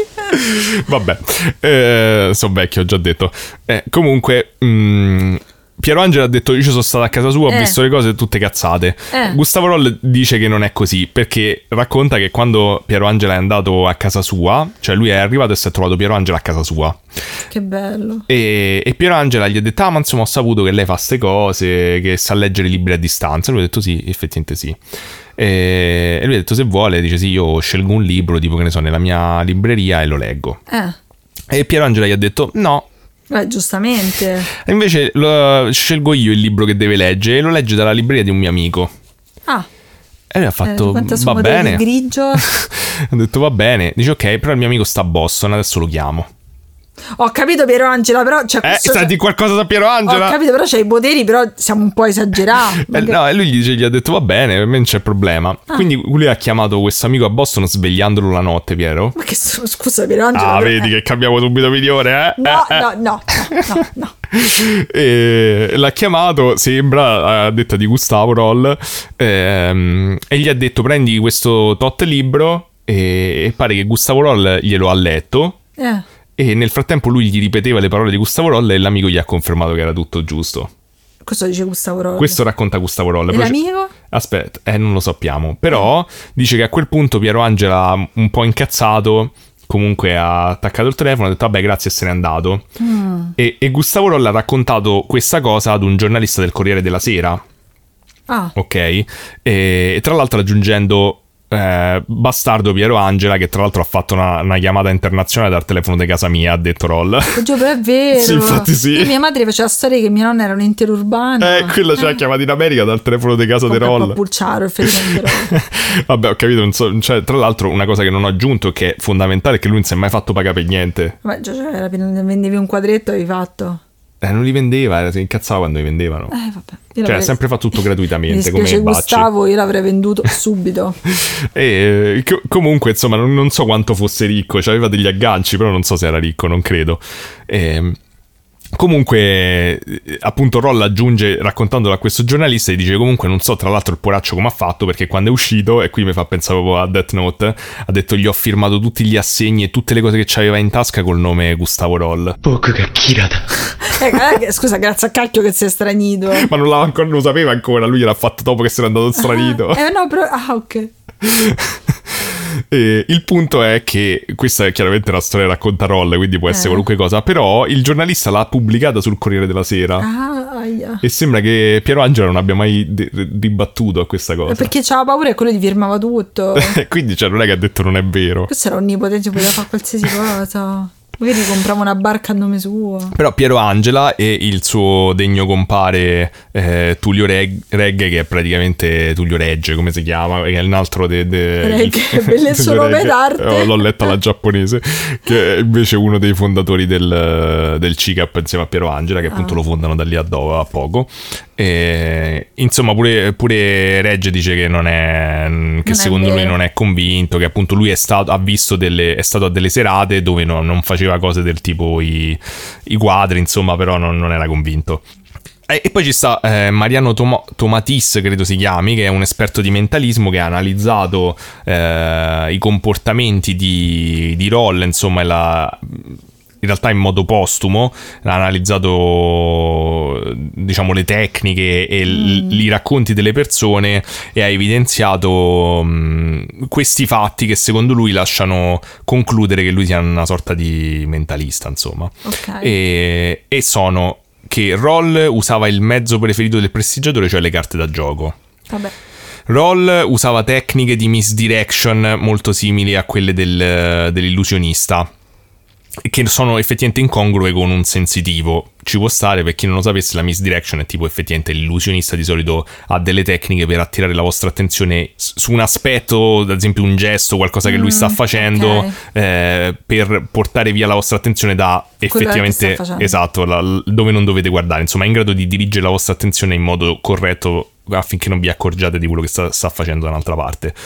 Complimenti. Vabbè, eh, sono vecchio, ho già detto. Eh, comunque mh, Piero Angela ha detto io ci sono stato a casa sua, Eh. ho visto le cose tutte cazzate. Eh. Gustavo Roll dice che non è così, perché racconta che quando Piero Angela è andato a casa sua, cioè lui è arrivato e si è trovato Piero Angela a casa sua, Che bello. e, e Piero Angela gli ha detto ah ma insomma ho saputo che lei fa ste cose, che sa leggere libri a distanza. Lui ha detto sì, effettivamente sì. E, e lui ha detto se vuole, dice sì, io scelgo un libro tipo che ne so nella mia libreria e lo leggo. Eh, E Piero Angela gli ha detto no, beh, giustamente. e invece lo, scelgo io il libro che deve leggere e lo legge dalla libreria di un mio amico. Ah, E lui ha eh, fatto quanta va sfumatura di bene. grigio. Ha detto va bene. Dice ok, però il mio amico sta a Boston, adesso lo chiamo. Ho capito Piero Angela, però c'è Eh, questo, sa di qualcosa da Piero ho Angela? capito, però c'hai i poteri, però siamo un po' esagerati. Eh, no, e lui gli, dice, gli ha detto va bene, per me non c'è problema. Ah. Quindi lui ha chiamato questo amico a Boston svegliandolo la notte, Piero. Ma che s- scusa Piero Angela. Ah, però- vedi che cambiamo subito opinione, eh? No, Eh, eh. no, no, no, no, no. E l'ha chiamato, sembra, a detta di Gustavo Roll, ehm, e gli ha detto prendi questo tot libro, e, e pare che Gustavo Roll glielo ha letto, Eh, e nel frattempo lui gli ripeteva le parole di Gustavo Roll e l'amico gli ha confermato che era tutto giusto. questo dice Gustavo Roll. Questo racconta Gustavo Roll. E Poi c'è- l'amico? Aspetta, eh, non lo sappiamo. Però dice che a quel punto Piero Angela, un po' incazzato, comunque ha attaccato il telefono, ha detto vabbè grazie e se n'è andato. Mm. E, e Gustavo Roll ha raccontato questa cosa ad un giornalista del Corriere della Sera, Ah, ok? E, e tra l'altro aggiungendo eh, bastardo Piero Angela, che tra l'altro ha fatto una, una chiamata internazionale dal telefono di casa mia, ha detto Roll. giuro, però è vero. Sì, infatti sì. E mia madre faceva storia che mia nonna era un interurbano. Eh, quello ci ha chiamato in America dal telefono di casa di Comunque è un Roll. po' pulciaro, effettivamente. Roll. Vabbè, ho capito, non so, cioè, tra l'altro una cosa che non ho aggiunto che è fondamentale è che lui non si è mai fatto pagare per niente. Vabbè, già cioè, era pieno- vendevi un quadretto e avevi fatto. Eh, non li vendeva, si incazzava quando li vendevano. Eh, vabbè. Io Cioè, ha l'avrei- sempre fatto tutto Mi gratuitamente, come dispiace i Bacci. Gustavo, io l'avrei venduto subito. E co- comunque, insomma, non, non so quanto fosse ricco, cioè, aveva degli agganci, però non so se era ricco, non credo. E, comunque, eh, appunto, Roll aggiunge, raccontandolo a questo giornalista, e dice comunque non so tra l'altro il poraccio come ha fatto, perché quando è uscito, e qui mi fa pensare proprio a Death Note, ha detto gli ho firmato tutti gli assegni e tutte le cose che c'aveva in tasca col nome Gustavo Roll. Eh, eh, scusa, grazie a cacchio che sei stranito. Ma non, l'ha ancora, non lo sapeva ancora, lui l'ha fatto dopo che se n'è andato stranito. Eh no, però... Ah, ok. E il punto è che questa è chiaramente una storia racconta Roll, quindi può essere Eh. qualunque cosa, però il giornalista l'ha pubblicata sul Corriere della Sera. Ah, aia. E sembra che Piero Angela non abbia mai de- ribattuto a questa cosa. Perché c'aveva paura e quello ti firmava tutto. Quindi cioè, non è che ha detto non è vero. Questo era onnipotente, poteva fare qualsiasi cosa. Magari comprava una barca a nome suo. Però Piero Angela e il suo degno compare eh, Tullio Reg- Regge, che è praticamente Tullio Regge, come si chiama, che è un altro de, de- Regge, il- bellissimo Tullio nome Regge. d'arte. Oh, l'ho letta alla giapponese, che è invece uno dei fondatori del, del C I C A P insieme a Piero Angela, che appunto Ah. lo fondano da lì a, do- a poco. E, insomma, pure, pure Regge dice che non è, che è secondo lui vero. non è convinto, che appunto lui è stato, ha visto delle, è stato a delle serate dove no- non faceva cose del tipo i, i quadri, insomma, però non, non era convinto. E, e poi ci sta eh, Mariano Tomo- Tomatis, credo si chiami, che è un esperto di mentalismo che ha analizzato eh, i comportamenti di, di Roll, insomma, e la... in realtà in modo postumo, ha analizzato diciamo le tecniche e l- i racconti delle persone e ha evidenziato mh, questi fatti che secondo lui lasciano concludere che lui sia una sorta di mentalista, insomma. Ok. E, e sono che Roll usava il mezzo preferito del prestigiatore, cioè le carte da gioco. Vabbè. Roll usava tecniche di misdirection molto simili a quelle del, dell'illusionista, che sono effettivamente incongrue con un sensitivo. Ci può stare, per chi non lo sapesse, la misdirection è tipo effettivamente l'illusionista di solito ha delle tecniche per attirare la vostra attenzione su un aspetto, ad esempio un gesto, qualcosa che lui sta facendo, ok. eh, per portare via la vostra attenzione da che effettivamente sta facendo. esatto, la- dove non dovete guardare, insomma è in grado di dirigere la vostra attenzione in modo corretto affinché non vi accorgiate di quello che sta, sta facendo da un'altra parte.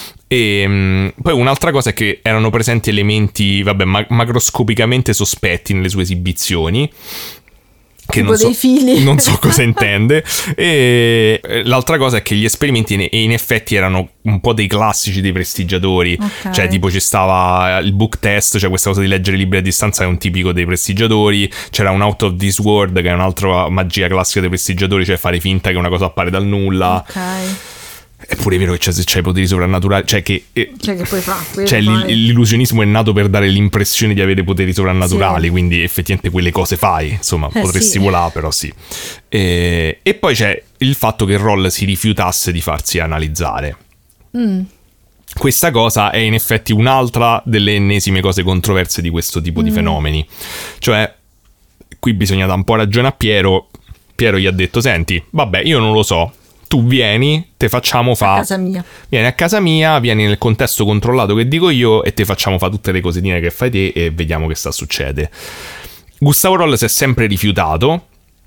E mh, poi un'altra cosa è che erano presenti elementi, vabbè, ma- macroscopicamente sospetti nelle sue esibizioni, che tipo non so, dei fili. non so cosa intende. E l'altra cosa è che gli esperimenti in, in effetti erano un po' dei classici dei prestigiatori, Okay. cioè tipo ci stava il book test, cioè questa cosa di leggere libri a distanza è un tipico dei prestigiatori, c'era un out of this world che è un'altra magia classica dei prestigiatori, cioè fare finta che una cosa appare dal nulla. Ok. È pure vero che c'è, se c'hai poteri sovrannaturali, cioè che eh, Cioè che puoi fare? puoi cioè, fare. l'il- l'illusionismo è nato per dare l'impressione di avere poteri sovrannaturali, Sì. quindi effettivamente quelle cose fai, insomma, Eh, potresti sì. volare, però sì. E, e poi c'è il fatto che Roll si rifiutasse di farsi analizzare. Mm. Questa cosa è in effetti un'altra delle ennesime cose controverse di questo tipo di Mm. fenomeni. Cioè, qui bisogna dare un po' ragione a Piero. Piero gli ha detto, senti, vabbè, io non lo so, tu vieni, te facciamo fa... A casa mia. Vieni a casa mia, vieni nel contesto controllato che dico io e te facciamo fare tutte le cosetine che fai te e vediamo che sta succede. Gustavo Roll si è sempre rifiutato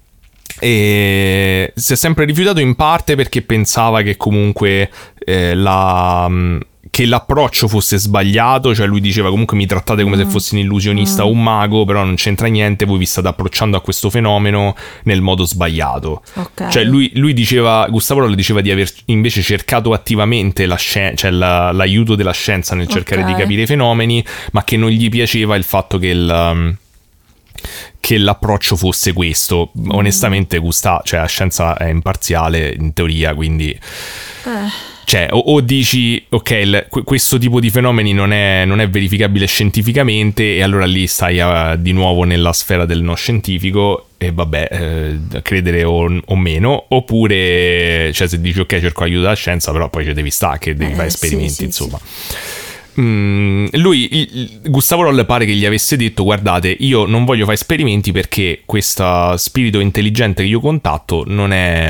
e si è sempre rifiutato in parte perché pensava che comunque eh, la... che l'approccio fosse sbagliato, cioè lui diceva comunque mi trattate come Mm. se fossi un illusionista o un mago, però non c'entra niente, voi vi state approcciando a questo fenomeno nel modo sbagliato. Ok. Cioè lui, lui diceva, Gustavo Roll diceva di aver invece cercato attivamente la scien- cioè la- l'aiuto della scienza nel cercare Ok. di capire i fenomeni, ma che non gli piaceva il fatto che il... um, che l'approccio fosse questo. Onestamente Gustavo, cioè la scienza è imparziale in teoria, quindi... Eh. Cioè, o, o dici, ok, il- que- questo tipo di fenomeni non è, non è verificabile scientificamente, e allora lì stai uh, di nuovo nella sfera del no scientifico, e vabbè, eh, credere o, o meno, oppure, cioè, se dici, ok, cerco aiuto dalla scienza, però poi ci devi stare, che devi Eh, fare sì, esperimenti, sì, insomma. Mm, lui, il- il- Gustavo Roll pare che gli avesse detto, guardate, io non voglio fare esperimenti perché questo spirito intelligente che io contatto non è...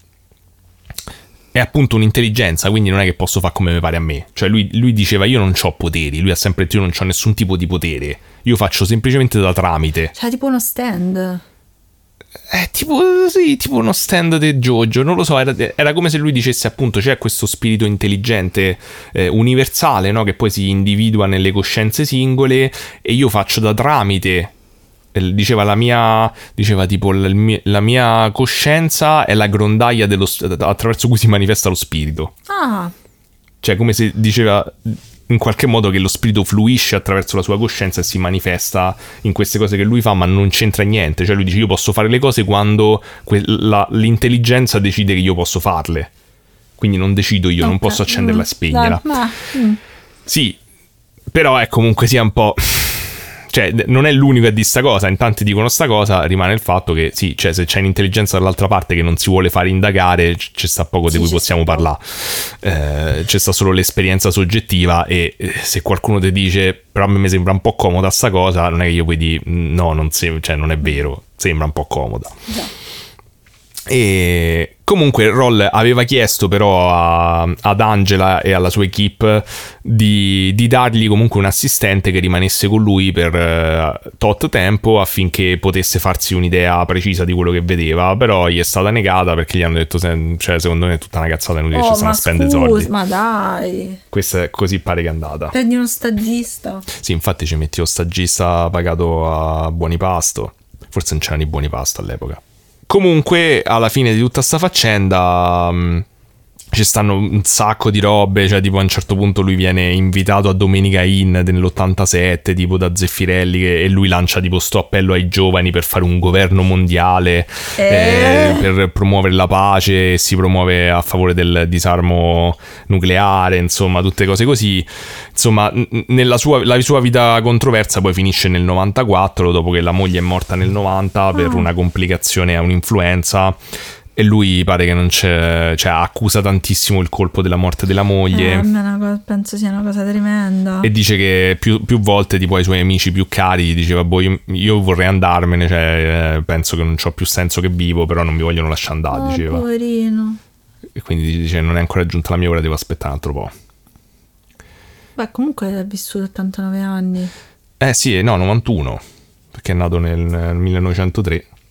è appunto un'intelligenza, quindi non è che posso fare come mi pare a me. Cioè lui, lui diceva io non ho poteri, lui ha sempre detto io non ho nessun tipo di potere, io faccio semplicemente da tramite. Cioè tipo uno stand. È tipo, sì, tipo uno stand di Jojo, non lo so, era, era come se lui dicesse appunto c'è questo spirito intelligente eh, universale, no? Che poi si individua nelle coscienze singole e io faccio da tramite. Eh, Diceva la mia, diceva tipo la, mia- la mia coscienza è la grondaia dello, attraverso cui si manifesta lo spirito. Ah. Cioè come se diceva in qualche modo che lo spirito fluisce attraverso la sua coscienza e si manifesta in queste cose che lui fa, ma non c'entra niente. Cioè lui dice io posso fare le cose quando que- la- l'intelligenza decide che io posso farle, quindi non decido io, non Ok. posso accenderla e Mm. spegnerla. Dai, ma- mm. Sì, però è comunque sia un po'... Cioè, non è l'unico a dire sta cosa, in tanti dicono sta cosa, rimane il fatto che sì, cioè se c'è un'intelligenza dall'altra parte che non si vuole fare indagare, c- c'è sta poco Sì, di cui c'è possiamo sta poco. parlare. Eh, c'è sta solo l'esperienza soggettiva e eh, se qualcuno ti dice però a me mi sembra un po' comoda sta cosa, non è che io puoi dire no, non, se- cioè, non è vero, sembra un po' comoda. Già. E comunque Roll aveva chiesto però a- ad Angela e alla sua equipe di, di dargli comunque un assistente che rimanesse con lui per eh, tot tempo affinché potesse farsi un'idea precisa di quello che vedeva, però gli è stata negata perché gli hanno detto se- cioè, secondo me è tutta una cazzata, inutile, ci Oh, stanno ma a spendere scusa, soldi. ma dai. Questa è così pare che è andata. Prendi uno stagista. Sì, infatti ci metti lo stagista pagato a buoni pasto. Forse non c'erano i buoni pasto all'epoca. Comunque, alla fine di tutta sta faccenda mh, ci stanno un sacco di robe, cioè tipo a un certo punto lui viene invitato a Domenica Inn nell'ottantasette, tipo da Zeffirelli, che, e lui lancia tipo sto appello ai giovani per fare un governo mondiale, Eh. eh, per promuovere la pace, e si promuove a favore del disarmo nucleare, insomma tutte cose così. Insomma, n- nella sua, la sua vita controversa poi finisce nel novantaquattro, dopo che la moglie è morta nel novanta per una complicazione a un'influenza. E lui pare che non c'è, cioè accusa tantissimo il colpo della morte della moglie. Eh, a me è una cosa- penso sia una cosa tremenda. E dice che più, più volte tipo ai suoi amici più cari gli diceva boh io, io vorrei andarmene, cioè eh, penso che non c'ho più senso che vivo, però non mi vogliono lasciare andare, Oh, diceva. poverino. E quindi dice non è ancora giunta la mia ora, devo aspettare un altro po'. Beh, comunque ha vissuto ottantanove anni. Eh sì, no, novantuno, perché è nato nel, nel millenovecentotre.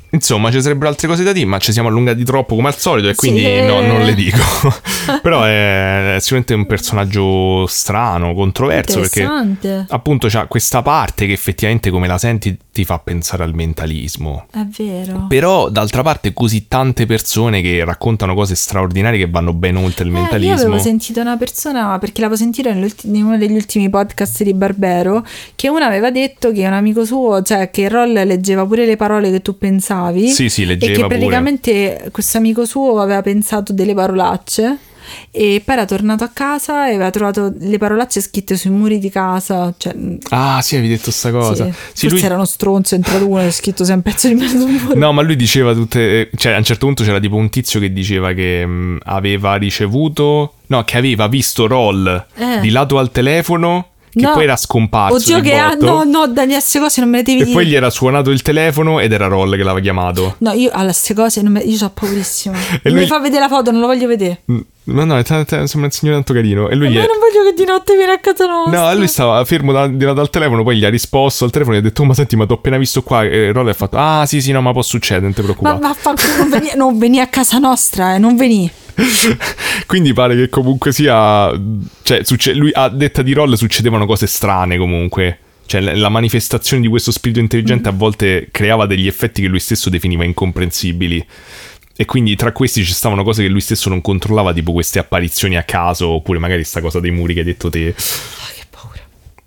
Insomma, ci sarebbero altre cose da dire, ma ci siamo allungati troppo come al solito e Sì. quindi no, non le dico. Però è, è sicuramente un personaggio strano, controverso, perché Interessante. appunto c'ha questa parte che effettivamente, come la senti, ti fa pensare al mentalismo. È vero. Però d'altra parte così tante persone che raccontano cose straordinarie che vanno ben oltre il Eh, io mentalismo. avevo sentito una persona, perché l'avevo sentito nell'ulti- in uno degli ultimi podcast di Barbero, che uno aveva detto che un amico suo, cioè che Roll leggeva pure le parole che tu pensavi. Sì, sì, leggeva E che pure. praticamente questo amico suo aveva pensato delle parolacce e poi era tornato a casa e aveva trovato le parolacce scritte sui muri di casa. Cioè, Ah, sì, avevi detto sta cosa. sì, Sì, forse lui... era uno stronzo, è entrato uno e ha scritto sempre un pezzo di merda sul muro. No, ma lui diceva tutte... Cioè, a un certo punto c'era tipo un tizio che diceva che mh, aveva ricevuto... No, che aveva visto Roll Eh. di lato al telefono, che No. poi era scomparso. Oddio di che ha, botto. no, no, Dani, queste cose non me le devi E dire. poi gli era suonato il telefono ed era Roll che l'aveva chiamato. No, io alle queste cose non me, io sono paurissima. Non lui- mi fa vedere la foto, non lo voglio vedere. Mm, Ma no, è t- t- sembra un signore tanto carino. E lui Ma gli io è... non voglio che di notte viene a casa nostra. No, lui stava fermo da, di lato al telefono, poi gli ha risposto al telefono e gli ha detto: "Oh, ma senti, ma t'ho appena visto qua." E Roll ha fatto: "Ah, sì, sì, no, ma può succedere, non ti Ma preoccupare." vaffanculo, non venì, non venì a casa nostra, eh, non venì. Quindi pare che comunque sia... Cioè, succe- lui a detta di Roll succedevano cose strane comunque. Cioè, la- la manifestazione di questo spirito intelligente a volte creava degli effetti che lui stesso definiva incomprensibili. E quindi tra questi ci stavano cose che lui stesso non controllava, tipo queste apparizioni a caso, oppure magari sta cosa dei muri che hai detto te. Ah, che paura.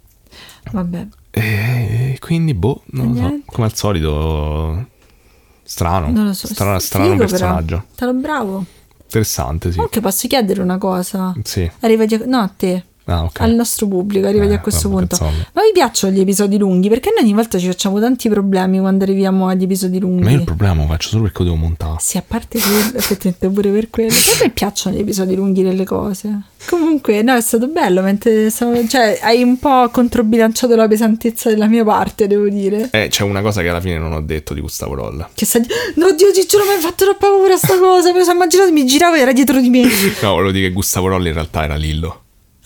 Vabbè. E quindi, boh, non lo so. Niente. Come al solito, strano. Non lo so. Strano, Figo, strano però. personaggio. Stato bravo. Interessante, sì. Comunque posso chiedere una cosa? Sì. Arrivati a... No, a te. Ah, ok. Al nostro pubblico, arrivati Eh, a questo vabbè, punto. insomma. Ma vi piacciono gli episodi lunghi? Perché noi ogni volta ci facciamo tanti problemi quando arriviamo agli episodi lunghi. Ma io il problema lo faccio solo perché lo devo montare. Sì, a parte quello, effettivamente pure per quello. Poi a me piacciono gli episodi lunghi delle cose. Comunque, no, è stato bello. Mentre stavo... Cioè, hai un po' controbilanciato la pesantezza della mia parte, devo dire. Eh, c'è una cosa che alla fine non ho detto di Gustavo Roll. Che sta... No, Dio, Ciccio, non mi hai fatto troppa paura sta cosa. Me lo sono immaginato, mi giravo e era dietro di me. No, volevo dire che Gustavo Roll in realtà era Lillo.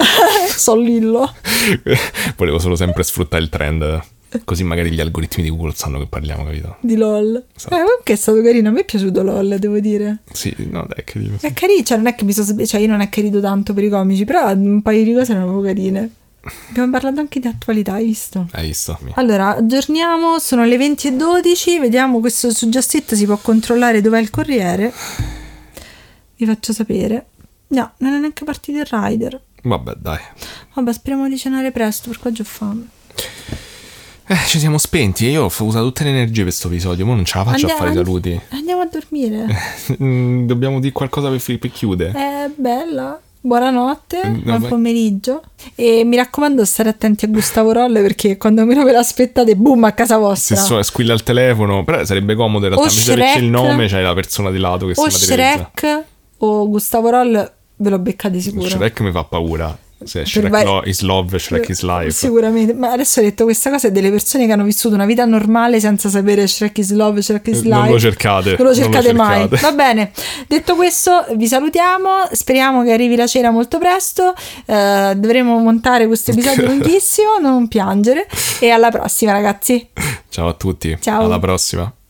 So Lillo. Volevo solo sempre sfruttare il trend. Così magari gli algoritmi di Google sanno che parliamo, capito? Di LOL. Esatto. Eh, comunque è stato carino. A me è piaciuto LOL, devo dire. Sì, no, dai, che dico. È carino, cioè non è che mi sono... Cioè io non è che rido tanto per i comici, però un paio di cose erano proprio carine. Abbiamo parlato anche di attualità, hai visto? Hai visto? Allora, aggiorniamo, sono le venti e dodici, vediamo questo su Just Eat, si può controllare dov'è il corriere. Vi faccio sapere. No, non è neanche partito il rider. Vabbè, dai. Vabbè, speriamo di cenare presto, perché oggi ho fame. Eh, ci siamo spenti e io ho usato tutte le energie per questo episodio. Ma non ce la faccio Andiamo- a fare i saluti. Andiamo a dormire. Mm, Dobbiamo dire qualcosa per, per chiudere. È bella. Buonanotte, Eh, no, buon ma- pomeriggio. E mi raccomando, stare attenti a Gustavo Roll, perché quando meno ve l'aspettate, boom, a casa Se vostra. so, squilla il telefono. Però sarebbe comodo in realtà. O Invece che c'è il Shrek. nome, c'hai la persona di lato che O si materializza. Shrek o Gustavo Roll, ve lo beccate sicuro. Shrek mi fa paura. Se Shrek vari- lo- is love, Shrek is life. Sicuramente, ma adesso ho detto questa cosa è delle persone che hanno vissuto una vita normale senza sapere Shrek is love, Shrek is Eh, life. non lo cercate, Non lo non lo cercate mai. cercate. Va bene. Detto questo, vi salutiamo. Speriamo che arrivi la cena molto presto. Eh, dovremo montare questo episodio lunghissimo. Non piangere. E alla prossima, ragazzi. Ciao a tutti. Ciao. Alla prossima.